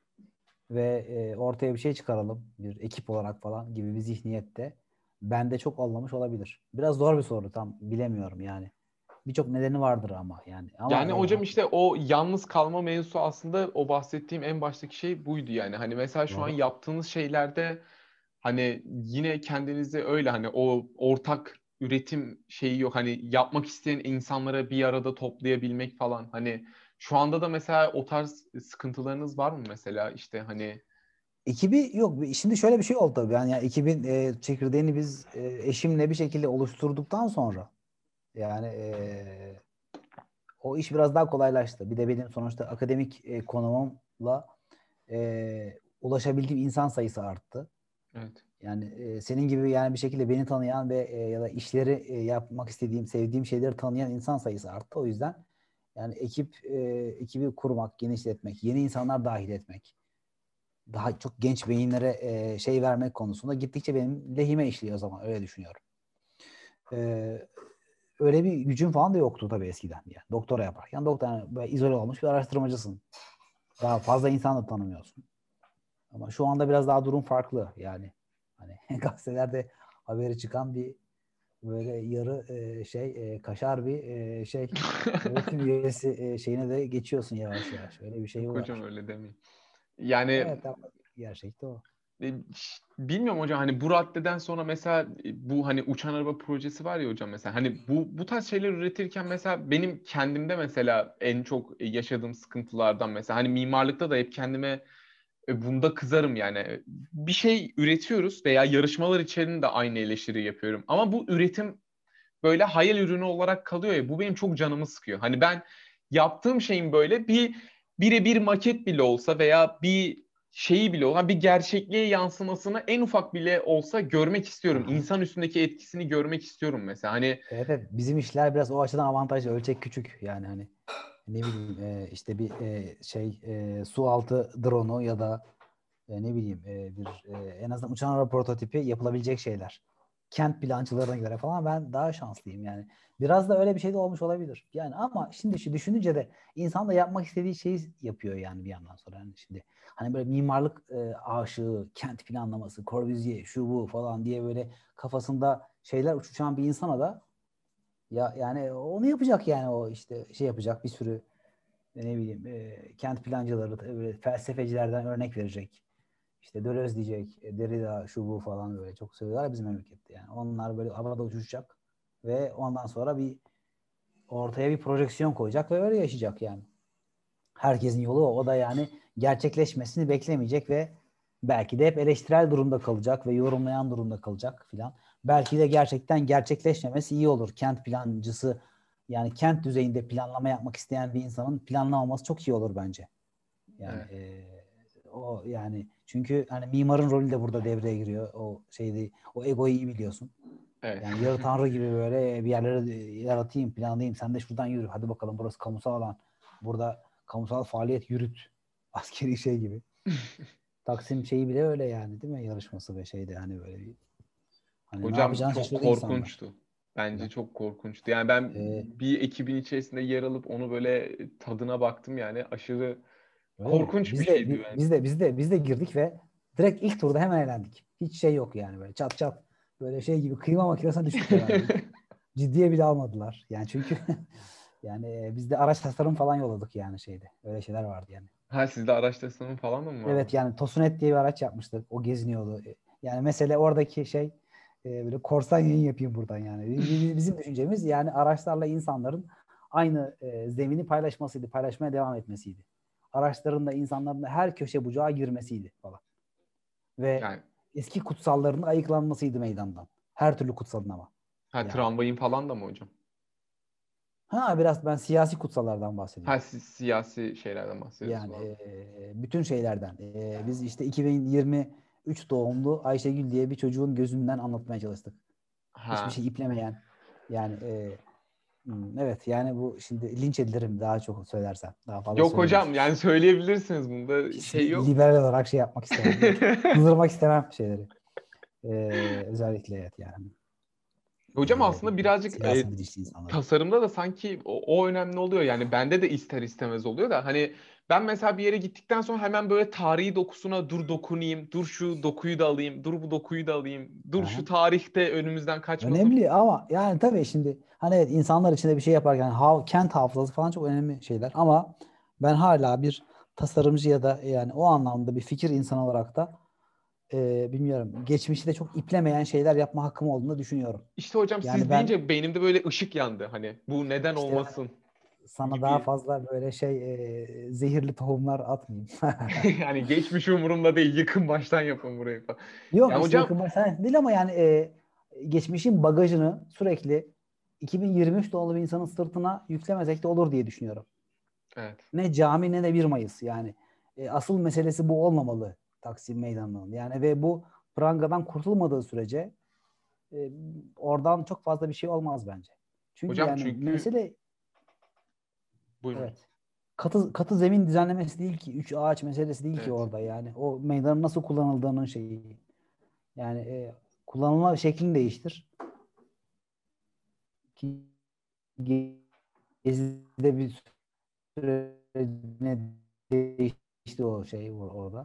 ve e, ortaya bir şey çıkaralım. Bir ekip olarak falan gibi bir zihniyette bende çok olmamış olabilir. Biraz zor bir soru tam bilemiyorum yani. Birçok nedeni vardır ama yani. Ama Yani e, hocam işte o yalnız kalma mevzusu aslında o bahsettiğim en baştaki şey buydu yani. Hani mesela şu an doğru. yaptığınız şeylerde hani yine kendinizi öyle hani o ortak üretim şeyi yok. Hani yapmak isteyen insanları bir arada toplayabilmek falan. Hani şu anda da mesela o tarz sıkıntılarınız var mı mesela işte hani Ekibi yok. Şimdi şöyle bir şey oldu tabii. Yani, yani ekibin e, çekirdeğini biz e, eşimle bir şekilde oluşturduktan sonra yani e, o iş biraz daha kolaylaştı. Bir de benim sonuçta akademik e, konumumla e, ulaşabildiğim insan sayısı arttı. evet. Yani e, senin gibi yani bir şekilde beni tanıyan ve e, ya da işleri e, yapmak istediğim, sevdiğim şeyleri tanıyan insan sayısı arttı. O yüzden yani ekip e, ekibi kurmak, genişletmek, yeni insanlar dahil etmek, daha çok genç beyinlere e, şey vermek konusunda gittikçe benim lehime işliyor o zaman öyle düşünüyorum. E, öyle bir gücün falan da yoktu tabii eskiden yani. Doktora yaparken doktor yani böyle izole olmuş bir araştırmacısın. Daha fazla insan da tanımıyorsun. Ama şu anda biraz daha durum farklı yani. Hani gazetelerde haberi çıkan bir böyle yarı e, şey e, kaşar bir e, şey öğretim üyesi e, şeyine de geçiyorsun yavaş yavaş. Öyle bir şey Yok hocam var. öyle demeyin. Yani Evet ama gerçekte o. E, ş- bilmiyorum hocam hani bu raddeden sonra mesela e, bu hani uçan araba projesi var ya hocam mesela hani bu bu tarz şeyler üretirken mesela benim kendimde mesela en çok e, yaşadığım sıkıntılardan mesela hani mimarlıkta da hep kendime e, bunda kızarım yani. Bir şey üretiyoruz veya yarışmalar içerisinde aynı eleştiri yapıyorum. Ama bu üretim böyle hayal ürünü olarak kalıyor ya bu benim çok canımı sıkıyor. Hani ben yaptığım şeyin böyle bir birebir maket bile olsa veya bir şeyi bile olsa bir gerçekliğe yansımasını en ufak bile olsa görmek istiyorum. Aha. İnsan üstündeki etkisini görmek istiyorum mesela. Hani Evet, evet. Bizim işler biraz o açıdan avantajlı. Ölçek küçük yani hani ne bileyim e, işte bir e, şey e, su altı drone'u ya da e, ne bileyim e, bir e, en azından uçan araba prototipi yapılabilecek şeyler. Kent plancılarına göre falan ben daha şanslıyım yani. Biraz da öyle bir şey de olmuş olabilir. Yani ama şimdi şu düşününce de insan da yapmak istediği şeyi yapıyor yani bir yandan sonra. Yani şimdi hani böyle mimarlık e, aşığı, kent planlaması, Corbusier, şu bu falan diye böyle kafasında şeyler uçuşan bir insana da ya yani onu yapacak yani o işte şey yapacak bir sürü ne bileyim e, kent plancıları böyle felsefecilerden örnek verecek. İşte Deleuze diyecek, e, Derrida şu bu falan böyle çok söylüyorlar bizim memlekette yani. Onlar böyle havada uçuşacak ve ondan sonra bir ortaya bir projeksiyon koyacak ve öyle yaşayacak yani. Herkesin yolu o. O da yani gerçekleşmesini beklemeyecek ve belki de hep eleştirel durumda kalacak ve yorumlayan durumda kalacak filan. Belki de gerçekten gerçekleşmemesi iyi olur. Kent plancısı yani kent düzeyinde planlama yapmak isteyen bir insanın planlamaması çok iyi olur bence. Yani evet, e, o yani çünkü hani mimarın rolü de burada devreye giriyor. O şeyde o egoyu iyi biliyorsun. evet. Yani yarı tanrı gibi böyle bir yerleri yaratayım, planlayayım. Sen de şuradan yürü. Hadi bakalım burası kamusal alan. Burada kamusal faaliyet yürüt. Askeri şey gibi. Taksim şeyi bile öyle yani değil mi? Yarışması ve şeyde hani böyle bir hani ne Hocam yapacağını çok şaşırdı insanlar. korkunçtu. Bence çok korkunçtu. Yani ben Ee, bir ekibin içerisinde yer alıp onu böyle tadına baktım yani. Aşırı Öyle mi? korkunç bir Biz de şeydi bi- bence. biz de biz de biz de girdik ve direkt ilk turda hemen elendik. Hiç şey yok yani böyle çat çat böyle şey gibi kıyma makinesine düştük herhalde. Hiç ciddiye bile almadılar. Yani çünkü yani e, biz de araç tasarım falan yolladık yani şeyde. Öyle şeyler vardı yani. Ha, sizde araç tasarımı falan da mı Evet vardı? yani Tosunet diye bir araç yapmıştık. O geziniyordu. E, Yani mesele oradaki şey e, böyle korsan yayın yapayım buradan yani. Bi- bi- Bizim düşüncemiz yani araçlarla insanların aynı e, zemini paylaşmasıydı. Paylaşmaya devam etmesiydi. Araçların da insanların da her köşe bucağa girmesiydi falan. Ve Yani eski kutsallarının ayıklanmasıydı meydandan. Her türlü kutsalın ama. ha, Yani. tramvayın falan da mı hocam? Ha biraz ben siyasi kutsallardan Ha, bahsediyorum. siz siyasi şeylerden Yani bahsediyorsunuz. e, bütün şeylerden. E, biz işte iki bin yirmi üç doğumlu Ayşegül diye bir çocuğun gözünden anlatmaya çalıştık. Hiçbir Ha. şey iplemeyen. Yani e, hmm, evet yani bu şimdi linç edilirim daha çok söylersem. Daha fazla Yok söylemeyeyim. hocam, yani söyleyebilirsiniz, bunda Hiç şey li- yok. liberal olarak şey yapmak istemem. Yok. Kızdırmak istemem şeyleri. E, özellikle evet yani. Hocam E, aslında birazcık e, siyasi bilinçli insanları. tasarımda da sanki o, o önemli oluyor. Yani bende de ister istemez oluyor da hani ben mesela bir yere gittikten sonra hemen böyle tarihi dokusuna dur dokunayım, dur şu dokuyu da alayım, dur bu dokuyu da alayım, dur şu Aha. tarihte önümüzden kaçmasın. Önemli ama yani tabii şimdi hani evet insanlar içinde bir şey yaparken hav, kent hafızası falan çok önemli şeyler ama ben hala bir tasarımcı ya da yani o anlamda bir fikir insanı olarak da e, bilmiyorum geçmişi de çok iplemeyen şeyler yapma hakkım olduğunu düşünüyorum. İşte hocam Yani siz ben deyince beynimde böyle ışık yandı. Hani bu neden işte ben olmasın sana daha gibi. fazla böyle şey e, zehirli tohumlar atmayayım. Yani geçmiş umurumda değil. Yıkın baştan yapın burayı falan. Yok Ya işte hocam, yakın sen değil ama yani e, geçmişin bagajını sürekli iki bin yirmi üç doğumlu bir insanın sırtına yüklemesek de olur diye düşünüyorum. evet. Ne cami ne de bir Mayıs yani. E, asıl meselesi bu olmamalı Taksim Meydanı'nın. Yani ve bu prangadan kurtulmadığı sürece e, oradan çok fazla bir şey olmaz bence. Çünkü Hocam yani çünkü mesele buyurun hocam. evet katı katı zemin düzenlemesi değil ki, üç ağaç meselesi değil ki Evet. orada yani. O meydanın nasıl kullanıldığının şeyi. Yani e, kullanılma şeklini değiştir. Ki Gezi'de bir süreliğine değişti o şey or- orada.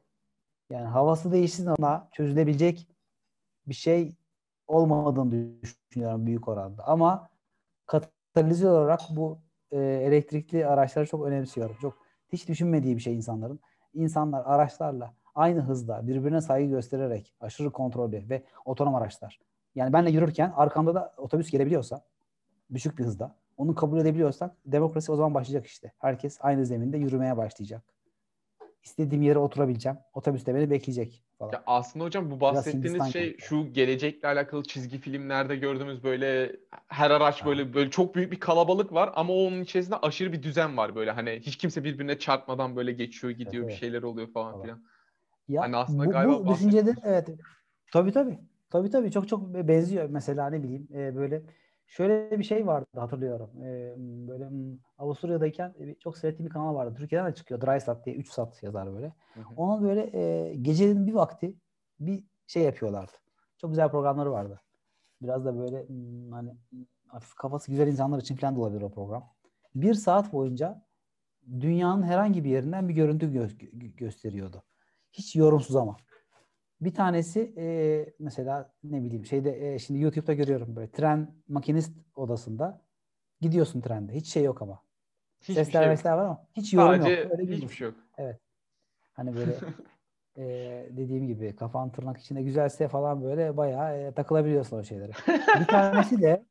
Yani havası değişsin ama çözülebilecek bir şey olmadığını düşünüyorum büyük oranda. Ama katalizör olarak bu e, elektrikli araçları çok önemsiyorum. Çok hiç düşünmediği bir şey insanların. İnsanlar araçlarla aynı hızda birbirine saygı göstererek aşırı kontrollü ve otonom araçlar. Yani benle yürürken arkamda da otobüs gelebiliyorsa düşük bir hızda onu kabul edebiliyorsak demokrasi o zaman başlayacak işte. Herkes aynı zeminde yürümeye başlayacak. İstediğim yere oturabileceğim. Otobüs de beni bekleyecek falan. Ya aslında hocam bu Biraz bahsettiğiniz Hindistan şey kentleri. şu gelecekle alakalı çizgi filmlerde gördüğümüz böyle her araç Aha. böyle böyle çok büyük bir kalabalık var ama onun içerisinde aşırı bir düzen var böyle, hani hiç kimse birbirine çarpmadan böyle geçiyor Evet, gidiyor, bir evet. şeyler oluyor falan Falan. filan. Ya Hani aslında bu, galiba bu düşüncede bahsettiğiniz. evet tabii tabii. Tabii tabii çok çok benziyor mesela ne bileyim e, böyle şöyle bir şey vardı hatırlıyorum. E, böyle m, Avusturya'dayken e, çok seyrettiğim bir kanal vardı. Türkiye'den de çıkıyor. Dreisat diye üç sat yazar böyle. Hı hı. Onun böyle e, gecenin bir vakti bir şey yapıyorlardı. Çok güzel programları vardı. Biraz da böyle m, hani hafif kafası güzel insanlar için falan da olabilir o program. Bir saat boyunca dünyanın herhangi bir yerinden bir görüntü gö- gö- gösteriyordu. Hiç yorumsuz ama. Bir tanesi e, mesela ne bileyim şeyde e, şimdi YouTube'da görüyorum böyle tren makinist odasında gidiyorsun trende. Hiç şey yok ama. Hiçbir Sesler şey yok. vesler var ama hiç yorum yok. Sadece Öyle hiçbir gidiyorsun. şey yok. Evet. Hani böyle e, dediğim gibi kafan tırnak içinde güzelse falan böyle bayağı e, takılabiliyorsun o şeylere. Bir tanesi de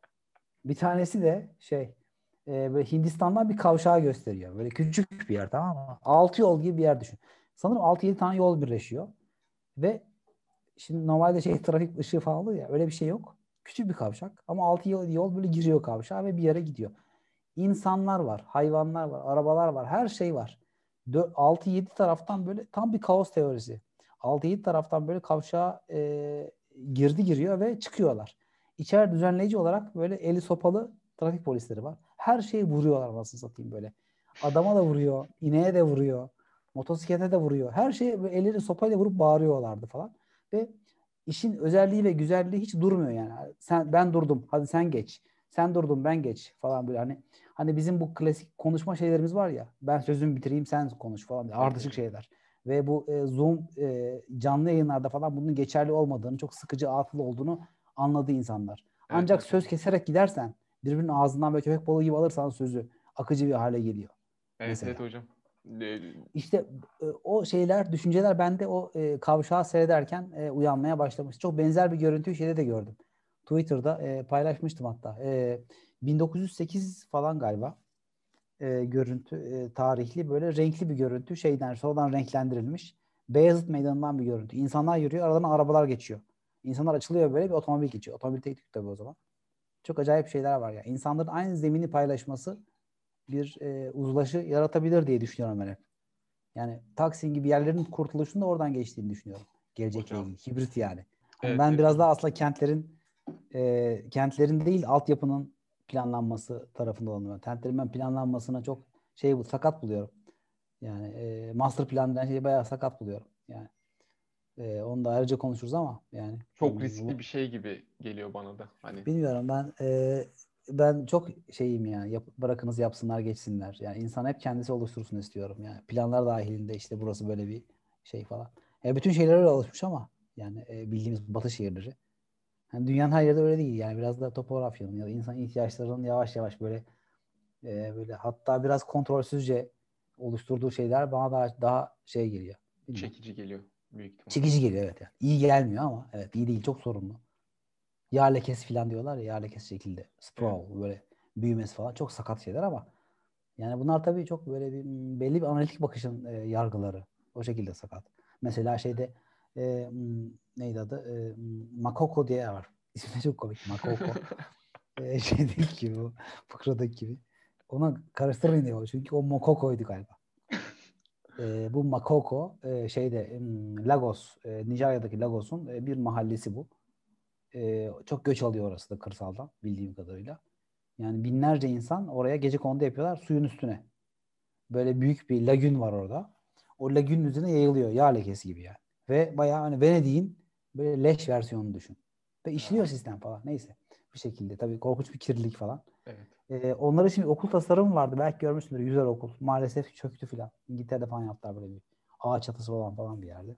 bir tanesi de şey e, böyle Hindistan'dan bir kavşağı gösteriyor. Böyle küçük bir yer tamam mı? Altı yol gibi bir yer düşün. Sanırım altı yedi tane yol birleşiyor. Ve şimdi normalde şey trafik ışığı falan olur ya öyle bir şey yok. Küçük bir kavşak ama altı yol, yol böyle giriyor kavşağa ve bir yere gidiyor. İnsanlar var, hayvanlar var, arabalar var, her şey var. altı yedi taraftan böyle tam bir kaos teorisi. altı yedi taraftan böyle kavşağa e, girdi giriyor ve çıkıyorlar. İçeride düzenleyici olarak böyle eli sopalı trafik polisleri var. Her şeyi vuruyorlar nasıl satayım böyle. Adama da vuruyor, ineğe de vuruyor, motosiklete de vuruyor. Her şeyi böyle elleri sopayla vurup bağırıyorlardı falan. Ve işin özelliği ve güzelliği hiç durmuyor yani. Sen ben durdum, hadi sen geç. Sen durdun, ben geç falan böyle hani hani bizim bu klasik konuşma şeylerimiz var ya. Ben sözümü bitireyim, sen konuş falan diye, Evet ardışık hocam. şeyler. Ve bu e, Zoom e, canlı yayınlarda falan bunun geçerli olmadığını, çok sıkıcı, atıl olduğunu anladı insanlar. Evet Ancak evet söz hocam. keserek gidersen, birbirinin ağzından böyle köpek balığı gibi alırsan sözü, akıcı bir hale geliyor Evet evet mesela. hocam. Ee, İşte e, o şeyler, düşünceler bende o e, kavşağı seyrederken e, uyanmaya başlamış. Çok benzer bir görüntüyü şeyde de gördüm. Twitter'da e, paylaşmıştım hatta. E, bin dokuz yüz sekiz falan galiba e, görüntü, e, tarihli böyle renkli bir görüntü. Şeyden sonradan renklendirilmiş. Beyazıt Meydanı'ndan bir görüntü. İnsanlar yürüyor, aradan arabalar geçiyor. İnsanlar açılıyor, böyle bir otomobil geçiyor. Otomobil tek tabii o zaman. Çok acayip şeyler var ya. İnsanların aynı zemini paylaşması bir e, uzlaşı yaratabilir diye düşünüyorum ben hep. Yani Taksim gibi yerlerin kurtuluşunun da oradan geçtiğini düşünüyorum. Gelecekle hocam. ilgili. Hibrit yani. Hani Evet ben evet biraz daha hocam. aslında kentlerin e, kentlerin değil altyapının planlanması tarafında oluyorum. Kentlerin ben planlanmasına çok şey bu sakat buluyorum. Yani e, master plan denen şeyi bayağı sakat buluyorum. Yani e, onu da ayrıca konuşuruz ama yani Çok hmm, riskli bir şey gibi geliyor bana da. Hani bilmiyorum ben e, ben çok şeyim yani yap, bırakınız yapsınlar geçsinler. Yani insan hep kendisi oluştursun istiyorum. Yani planlar dahilinde işte burası böyle bir şey falan. E, bütün şeyler öyle oluşmuş ama yani e, bildiğimiz batı şehirleri. Yani dünyanın her yerde öyle değil. Yani biraz da topografyanın ya da insan ihtiyaçlarının yavaş yavaş böyle e, böyle hatta biraz kontrolsüzce oluşturduğu şeyler bana daha daha şey geliyor. Bilmiyorum. çekici geliyor büyük ihtimalle. Çekici geliyor, evet yani. İyi gelmiyor ama evet iyi değil, çok sorunlu. Yağ lekesi falan diyorlar ya, yağ lekesi şekilde. Evet. Sprawl böyle büyümesi falan çok sakat şeyler ama yani bunlar tabii çok böyle bir belli bir analitik bakışın e, yargıları. O şekilde sakat. Mesela şeyde e, m, neydi adı? E, m, Makoko diye var. İsmi de çok komik. Makoko. E, şey değil ki bu. Fıkradaki gibi. Ona karıştırmayın diyor. Çünkü o Mokoko'ydu galiba. E, bu Makoko e, şeyde m, Lagos, e, Nijerya'daki Lagos'un e, bir mahallesi bu. E, çok göç alıyor orası da kırsaldan bildiğim kadarıyla. Yani binlerce insan oraya gecekondu yapıyorlar suyun üstüne. Böyle büyük bir lagün var orada. O lagünün üzerine yayılıyor. Yağ lekesi gibi yani. Ve bayağı hani Venedik'in böyle leş versiyonunu düşün. Ve işliyor Ha, sistem falan. Neyse. Bir şekilde. Tabii korkunç bir kirlilik falan. evet. Ee, onların şimdi okul tasarımı vardı. Belki görmüşsündür. Yüzer okul. Maalesef çöktü falan. İngiltere'de falan yaptılar böyle bir ağaç çatısı olan falan bir yerde.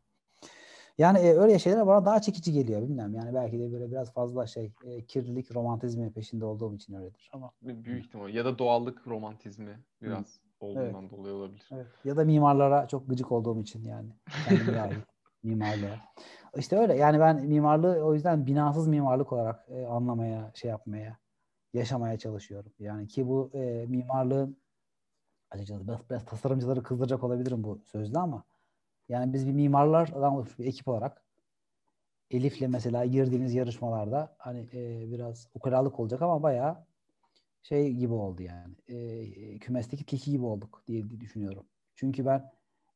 Yani e, öyle şeyler bana daha çekici geliyor. Bilmiyorum. Yani belki de böyle biraz fazla şey e, kirlilik romantizmi peşinde olduğum için öyledir. Ama Büyük bilmiyorum. ihtimal. Ya da doğallık romantizmi Hı. biraz Evet. olduğundan dolayı olabilir. Evet. Ya da mimarlara çok gıcık olduğum için yani. Kendim dahil mimarlığa. İşte öyle. Yani ben mimarlığı o yüzden binasız mimarlık olarak e, anlamaya, şey yapmaya, yaşamaya çalışıyorum. Yani ki bu e, mimarlığın açıkçası biraz, biraz tasarımcıları kızdıracak olabilirim bu sözle ama yani biz bir mimarlardan oluşmuş bir ekip olarak Elif'le mesela girdiğimiz yarışmalarda hani e, biraz ukalalık olacak ama bayağı şey gibi oldu yani. E, kümesteki tilki gibi olduk diye düşünüyorum. Çünkü ben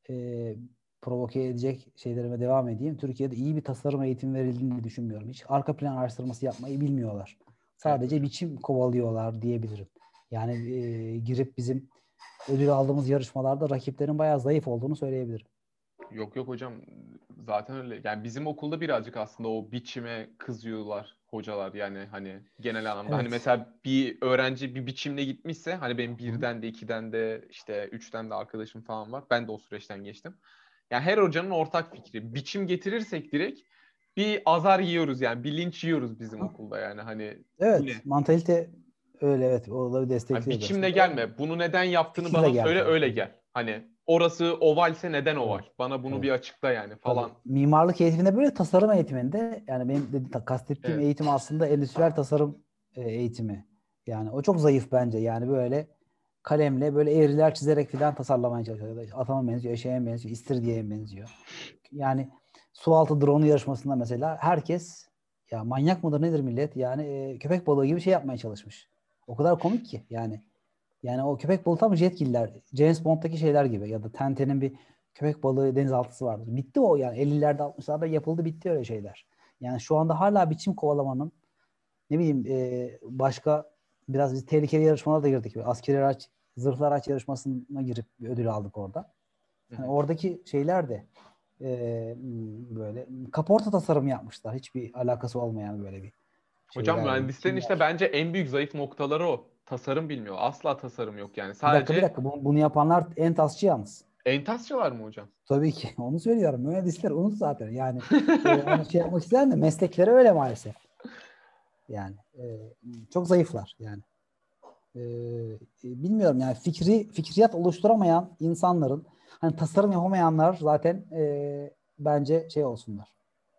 e, provoke edecek şeylerime devam edeyim. Türkiye'de iyi bir tasarım eğitimi verildiğini düşünmüyorum. Hiç arka plan araştırması yapmayı bilmiyorlar. Evet Sadece hocam. biçim kovalıyorlar diyebilirim. Yani e, girip bizim ödül aldığımız yarışmalarda rakiplerin bayağı zayıf olduğunu söyleyebilirim. Yok yok hocam, zaten öyle. Yani bizim okulda birazcık aslında o biçime kızıyorlar hocalar, yani hani genel anlamda. Hani Evet. mesela bir öğrenci bir biçimle gitmişse, hani benim Hı-hı. birden de ikiden de işte üçten de arkadaşım falan var. Ben de o süreçten geçtim. Yani her hocanın ortak fikri. Biçim getirirsek direkt bir azar yiyoruz, yani bir linç yiyoruz bizim okulda, yani hani bu Evet. ne? Mantalite öyle, evet. Oraları Hani destekliyor biraz. biçimle Doğru. gelme. Bunu neden yaptığını Fikirle bana gel söyle, falan. öyle Hı. gel. Hani orası ovalse neden oval? Evet. Bana bunu bir Evet. açıkla yani Tabii. falan. Mimarlık eğitiminde böyle, tasarım eğitiminde yani benim dedi, kastettiğim Evet. eğitim aslında endüstriyel tasarım e, eğitimi. Yani o çok zayıf bence. Yani böyle kalemle böyle eğriler çizerek falan tasarlamaya çalışıyor. Ya da işte atama benziyor, eşeğe benziyor, istiridye'ye benziyor. Yani sualtı drone yarışmasında mesela herkes ya manyak mıdır nedir millet? Yani e, köpek balığı gibi şey yapmaya çalışmış. O kadar komik ki yani. Yani o köpek balığı tam jetgiller. James Bond'daki şeyler gibi ya da Tenten'in bir köpek balığı denizaltısı vardı. Bitti o yani. ellilerde altmışlarda yapıldı, bitti öyle şeyler. Yani şu anda hala biçim kovalamanın, ne bileyim e, başka biraz biz tehlikeli yarışmalara da girdik. Askeri araç, zırhlı araç yarışmasına girip bir ödül aldık orada. Hı Hani hı. oradaki şeyler de e, böyle kaporta tasarımı yapmışlar. Hiçbir alakası olmayan böyle bir Hocam şeyler. mühendislerin işte Resimler. bence en büyük zayıf noktaları o. Tasarım bilmiyor. Asla tasarım yok yani. Bir dakika bir Sadece dakika. Bu- Bunu yapanlar en tasçı yalnız. entasçılar mı hocam? Tabii ki. Onu söylüyorum. Mühendisler unut zaten. Yani e, hani şey yapmak isteyen de meslekleri öyle maalesef. Yani e, çok zayıflar yani. E, bilmiyorum yani fikri fikriyat oluşturamayan insanların hani tasarım yapamayanlar zaten e, bence şey olsunlar.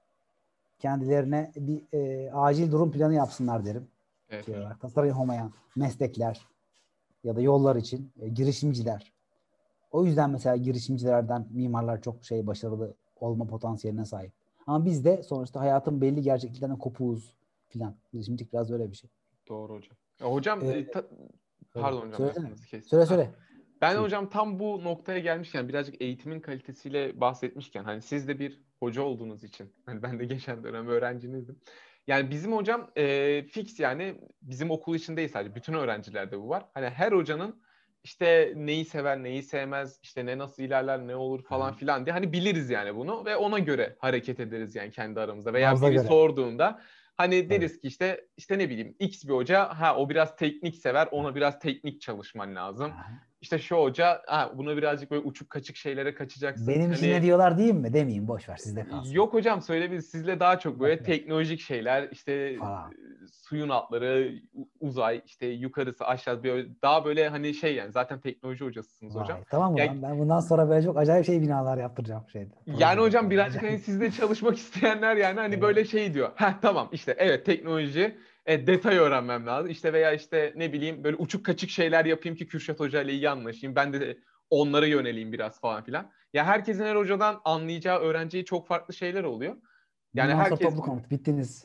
Kendilerine bir e, acil durum planı yapsınlar derim. Evet Şey hocam. olarak, tasarım yapamayan meslekler ya da yollar için e, girişimciler. O yüzden mesela girişimcilerden mimarlar çok şey başarılı olma potansiyeline sahip. Ama biz de sonuçta hayatın belli gerçekliklerinden kopuğuz filan. Girişimcilik biraz öyle bir şey. Doğru hocam. Ya hocam Ee, e, ta- Söyle. pardon hocam Söylesene. lafınızı kestim. Söyle Ha. söyle. Ben Buyur. hocam tam bu noktaya gelmişken birazcık eğitimin kalitesiyle bahsetmişken hani siz de bir hoca olduğunuz için hani ben de geçen dönem öğrencinizdim. Yani bizim hocam e, fix yani bizim okul için değil sadece bütün öğrencilerde bu var. Hani her hocanın işte neyi sever neyi sevmez işte ne nasıl ilerler ne olur falan Aha. filan diye hani biliriz yani bunu ve ona göre hareket ederiz yani kendi aramızda. Veya Nabza biri göre. sorduğunda hani Tabii. deriz ki işte işte ne bileyim X bir hoca ha o biraz teknik sever ona biraz teknik çalışman lazım. Aha. İşte şu hoca ha, buna birazcık böyle uçuk kaçık şeylere kaçacaksın. Benim için ne Hani diyorlar diyeyim mi? Demeyeyim. Boş ver. Sizde kalsın. yok hocam söyleyebiliriz. Sizle daha çok Yok böyle yok. teknolojik şeyler işte e, Falan. suyun altları, u- uzay, işte yukarısı, aşağısı böyle daha böyle hani şey yani zaten teknoloji hocasısınız hocam. Vay. Tamam mı Yani, lan? Ben bundan sonra böyle çok acayip şey binalar yaptıracağım şeyde. yani Projede. hocam Böyle birazcık hani acayip. sizle çalışmak isteyenler yani hani Evet. böyle şey diyor. Ha tamam işte evet teknoloji e, detay öğrenmem lazım. İşte veya işte ne bileyim böyle uçuk kaçık şeyler yapayım ki Kürşat Hoca ile iyi anlaşayım. Ben de onlara yöneleyim biraz falan filan. Ya herkesin her hocadan anlayacağı, öğreneceği çok farklı şeyler oluyor. Yani Bundan sonra herkes toplu konut. Bittiniz.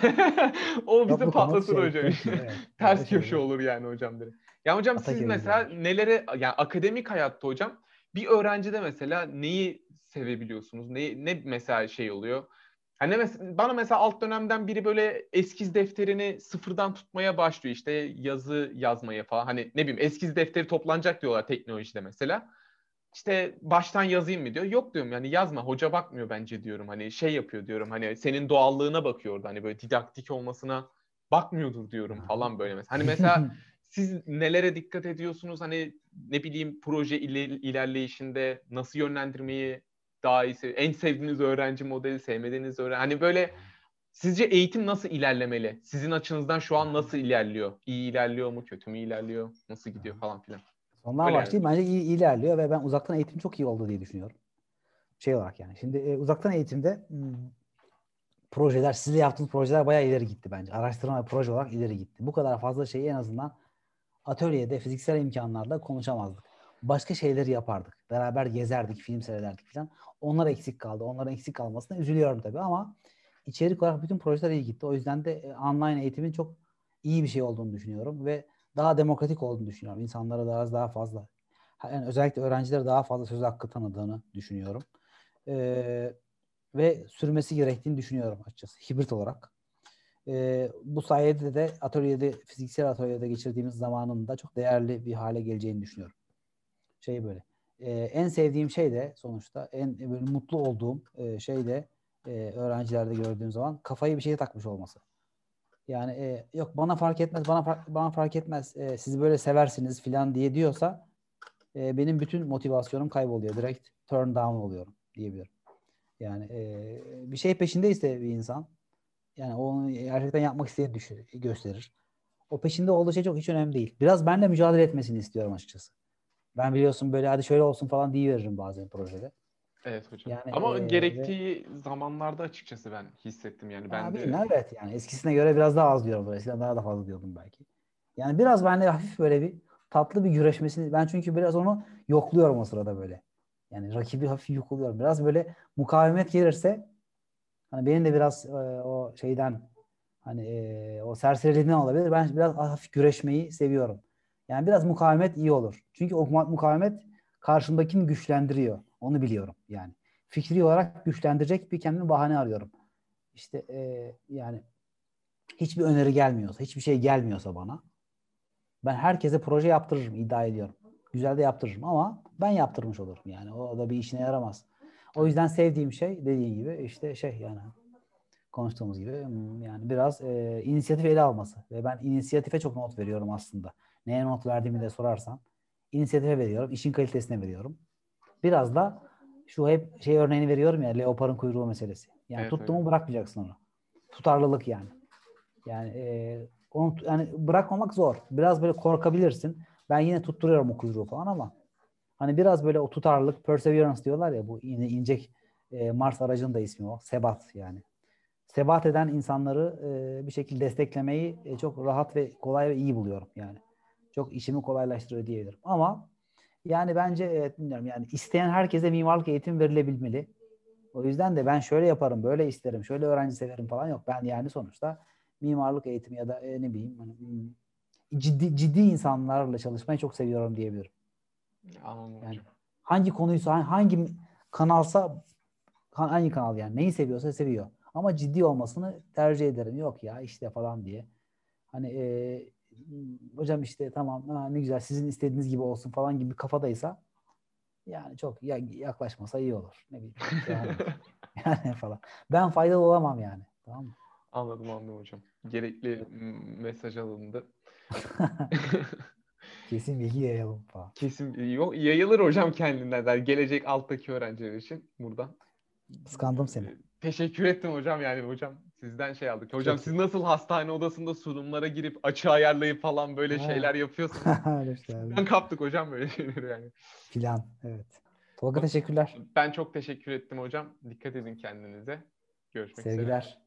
o bizi Toplu konut patlatır şey hocam. Türkiye. Evet. Öyle Ters köşe şeyler. olur yani hocam direkt. Ya hocam siz Ataköy mesela gibiler. nelere yani akademik hayatta hocam bir öğrencide mesela neyi sevebiliyorsunuz? Ne, ne mesela şey oluyor? Hani mes- bana mesela alt dönemden biri böyle eskiz defterini sıfırdan tutmaya başlıyor işte yazı yazmaya falan. Hani ne bileyim eskiz defteri toplanacak diyorlar teknolojide mesela. İşte baştan yazayım mı diyor. Yok diyorum yani yazma hoca bakmıyor bence diyorum. Hani şey yapıyor diyorum hani senin doğallığına bakıyor orada. Hani böyle didaktik olmasına bakmıyordur diyorum Aha. falan böyle mesela. Hani mesela siz nelere dikkat ediyorsunuz? Hani ne bileyim proje iler- ilerleyişinde nasıl yönlendirmeyi daha iyi sev- en sevdiğiniz öğrenci modeli, sevmediğiniz öğrenci. Hani böyle sizce eğitim nasıl ilerlemeli? Sizin açınızdan şu an Aha. nasıl ilerliyor? İyi ilerliyor mu? Kötü mü ilerliyor? Nasıl gidiyor Aha. falan filan. Sondan Öyle yani başlayayım. hocam. Bence iyi ilerliyor ve ben uzaktan eğitim çok iyi oldu diye düşünüyorum. Şey olarak yani. Şimdi e, uzaktan eğitimde hmm, projeler, sizle yaptığınız projeler bayağı ileri gitti bence. Araştırma ve proje olarak ileri gitti. Bu kadar fazla şeyi en azından atölyede, fiziksel imkanlarla konuşamazdık. Başka şeyleri yapardık. Beraber gezerdik, film seyrederdik falan. Onlar eksik kaldı. Onların eksik kalmasına üzülüyorum tabii ama içerik olarak bütün projeler iyi gitti. O yüzden de e, online eğitimin çok iyi bir şey olduğunu düşünüyorum ve daha demokratik olduğunu düşünüyorum. İnsanlara daha daha fazla, yani özellikle öğrencilere daha fazla söz hakkı tanıdığını düşünüyorum. Ee, ve sürmesi gerektiğini düşünüyorum açıkçası hibrit olarak. Ee, bu sayede de atölyede, fiziksel atölyede geçirdiğimiz zamanın da çok değerli bir hale geleceğini düşünüyorum. Şey böyle. Ee, en sevdiğim şey de sonuçta en böyle mutlu olduğum e, şey de e, öğrencilerde gördüğüm zaman kafayı bir şeye takmış olması. Yani e, yok bana fark etmez, bana fark, bana fark etmez. E, siz böyle seversiniz falan diye diyorsa e, benim bütün motivasyonum kayboluyor. Direkt turn down oluyorum diyebilirim. Yani e, bir şey peşindeyse bir insan yani onu gerçekten yapmak istediğini düşür, gösterir. O peşinde olduğu şey çok hiç önemli değil. Biraz benimle mücadele etmesini istiyorum açıkçası. Ben biliyorsun böyle hadi şöyle olsun falan diye veririm bazen projede. Evet hocam. Yani Ama e, ve gerektiği zamanlarda açıkçası ben hissettim yani ben ya de bilmiyorum evet yani eskisine göre biraz daha az diyorum. Eskiden daha da fazla diyordum belki. Yani biraz benimle hafif böyle bir tatlı bir güreşmesini ben çünkü biraz onu yokluyorum o sırada böyle. Yani rakibi hafif yokluyorum. Biraz böyle mukavemet gelirse hani benim de biraz e, o şeyden hani e, o serseriliğinden olabilir. Ben biraz hafif güreşmeyi seviyorum. Yani biraz mukavemet iyi olur. Çünkü o mu- mukavemet karşımdakini güçlendiriyor. Onu biliyorum yani. Fikri olarak güçlendirecek bir kendime bahane arıyorum. İşte e, yani hiçbir öneri gelmiyorsa, hiçbir şey gelmiyorsa bana ben herkese proje yaptırırım iddia ediyorum. Güzel de yaptırırım ama ben yaptırmış olurum yani. O da bir işine yaramaz. O yüzden sevdiğim şey dediğin gibi işte şey yani konuştuğumuz gibi yani biraz e, inisiyatif ele alması. Ve ben inisiyatife çok not veriyorum aslında. Neye not verdiğimi de sorarsan. İnisiyatife veriyorum. İşin kalitesine veriyorum. Biraz da şu hep şey örneğini veriyorum ya leoparın kuyruğu meselesi. Yani Evet tuttu mu hocam. bırakmayacaksın onu. Tutarlılık yani. Yani e, onu yani bırakmamak zor. Biraz böyle korkabilirsin. Ben yine tutturuyorum o kuyruğu falan ama hani biraz böyle o tutarlılık, perseverance diyorlar ya bu yine inecek e, Mars aracının da ismi o. Sebat yani. Sebat eden insanları e, bir şekilde desteklemeyi e, çok rahat ve kolay ve iyi buluyorum yani. Çok işimi kolaylaştırıyor diyebilirim. Ama yani bence evet bilmiyorum yani isteyen herkese mimarlık eğitimi verilebilmeli. O yüzden de ben şöyle yaparım, böyle isterim, şöyle öğrenci severim falan yok. Ben yani sonuçta mimarlık eğitimi ya da e, ne bileyim hani, hmm, ciddi ciddi insanlarla çalışmayı çok seviyorum diyebilirim. Anladım Yani hocam. hangi konuysa hangi kanalsa hangi kanal yani neyi seviyorsa seviyor. Ama ciddi olmasını tercih ederim. Yok ya işte falan diye. Hani e, hocam işte tamam ha, ne güzel sizin istediğiniz gibi olsun falan gibi bir kafadaysa yani çok ya, yaklaşmasa iyi olur. Ne bileyim şey olmaz. Yani falan. Ben faydalı olamam yani. Tamam mı? Anladım anladım hocam. Gerekli m- mesaj alındı. Kesin bilgi yayalım falan. Kesin yok yayılır hocam kendinden der. Gelecek alttaki öğrenciler için buradan. Kıskandım seni. Ee, Teşekkür ettim hocam yani hocam sizden şey aldık. Hocam Çok siz iyi. nasıl hastane odasında sunumlara girip açı ayarlayıp falan böyle Ha. şeyler yapıyorsanız Öyle sizden şeyler. kaptık hocam böyle şeyleri yani. Filan. Evet. Tolga O- teşekkürler. Ben çok teşekkür ettim hocam. Dikkat edin kendinize. Görüşmek üzere. Sevgiler.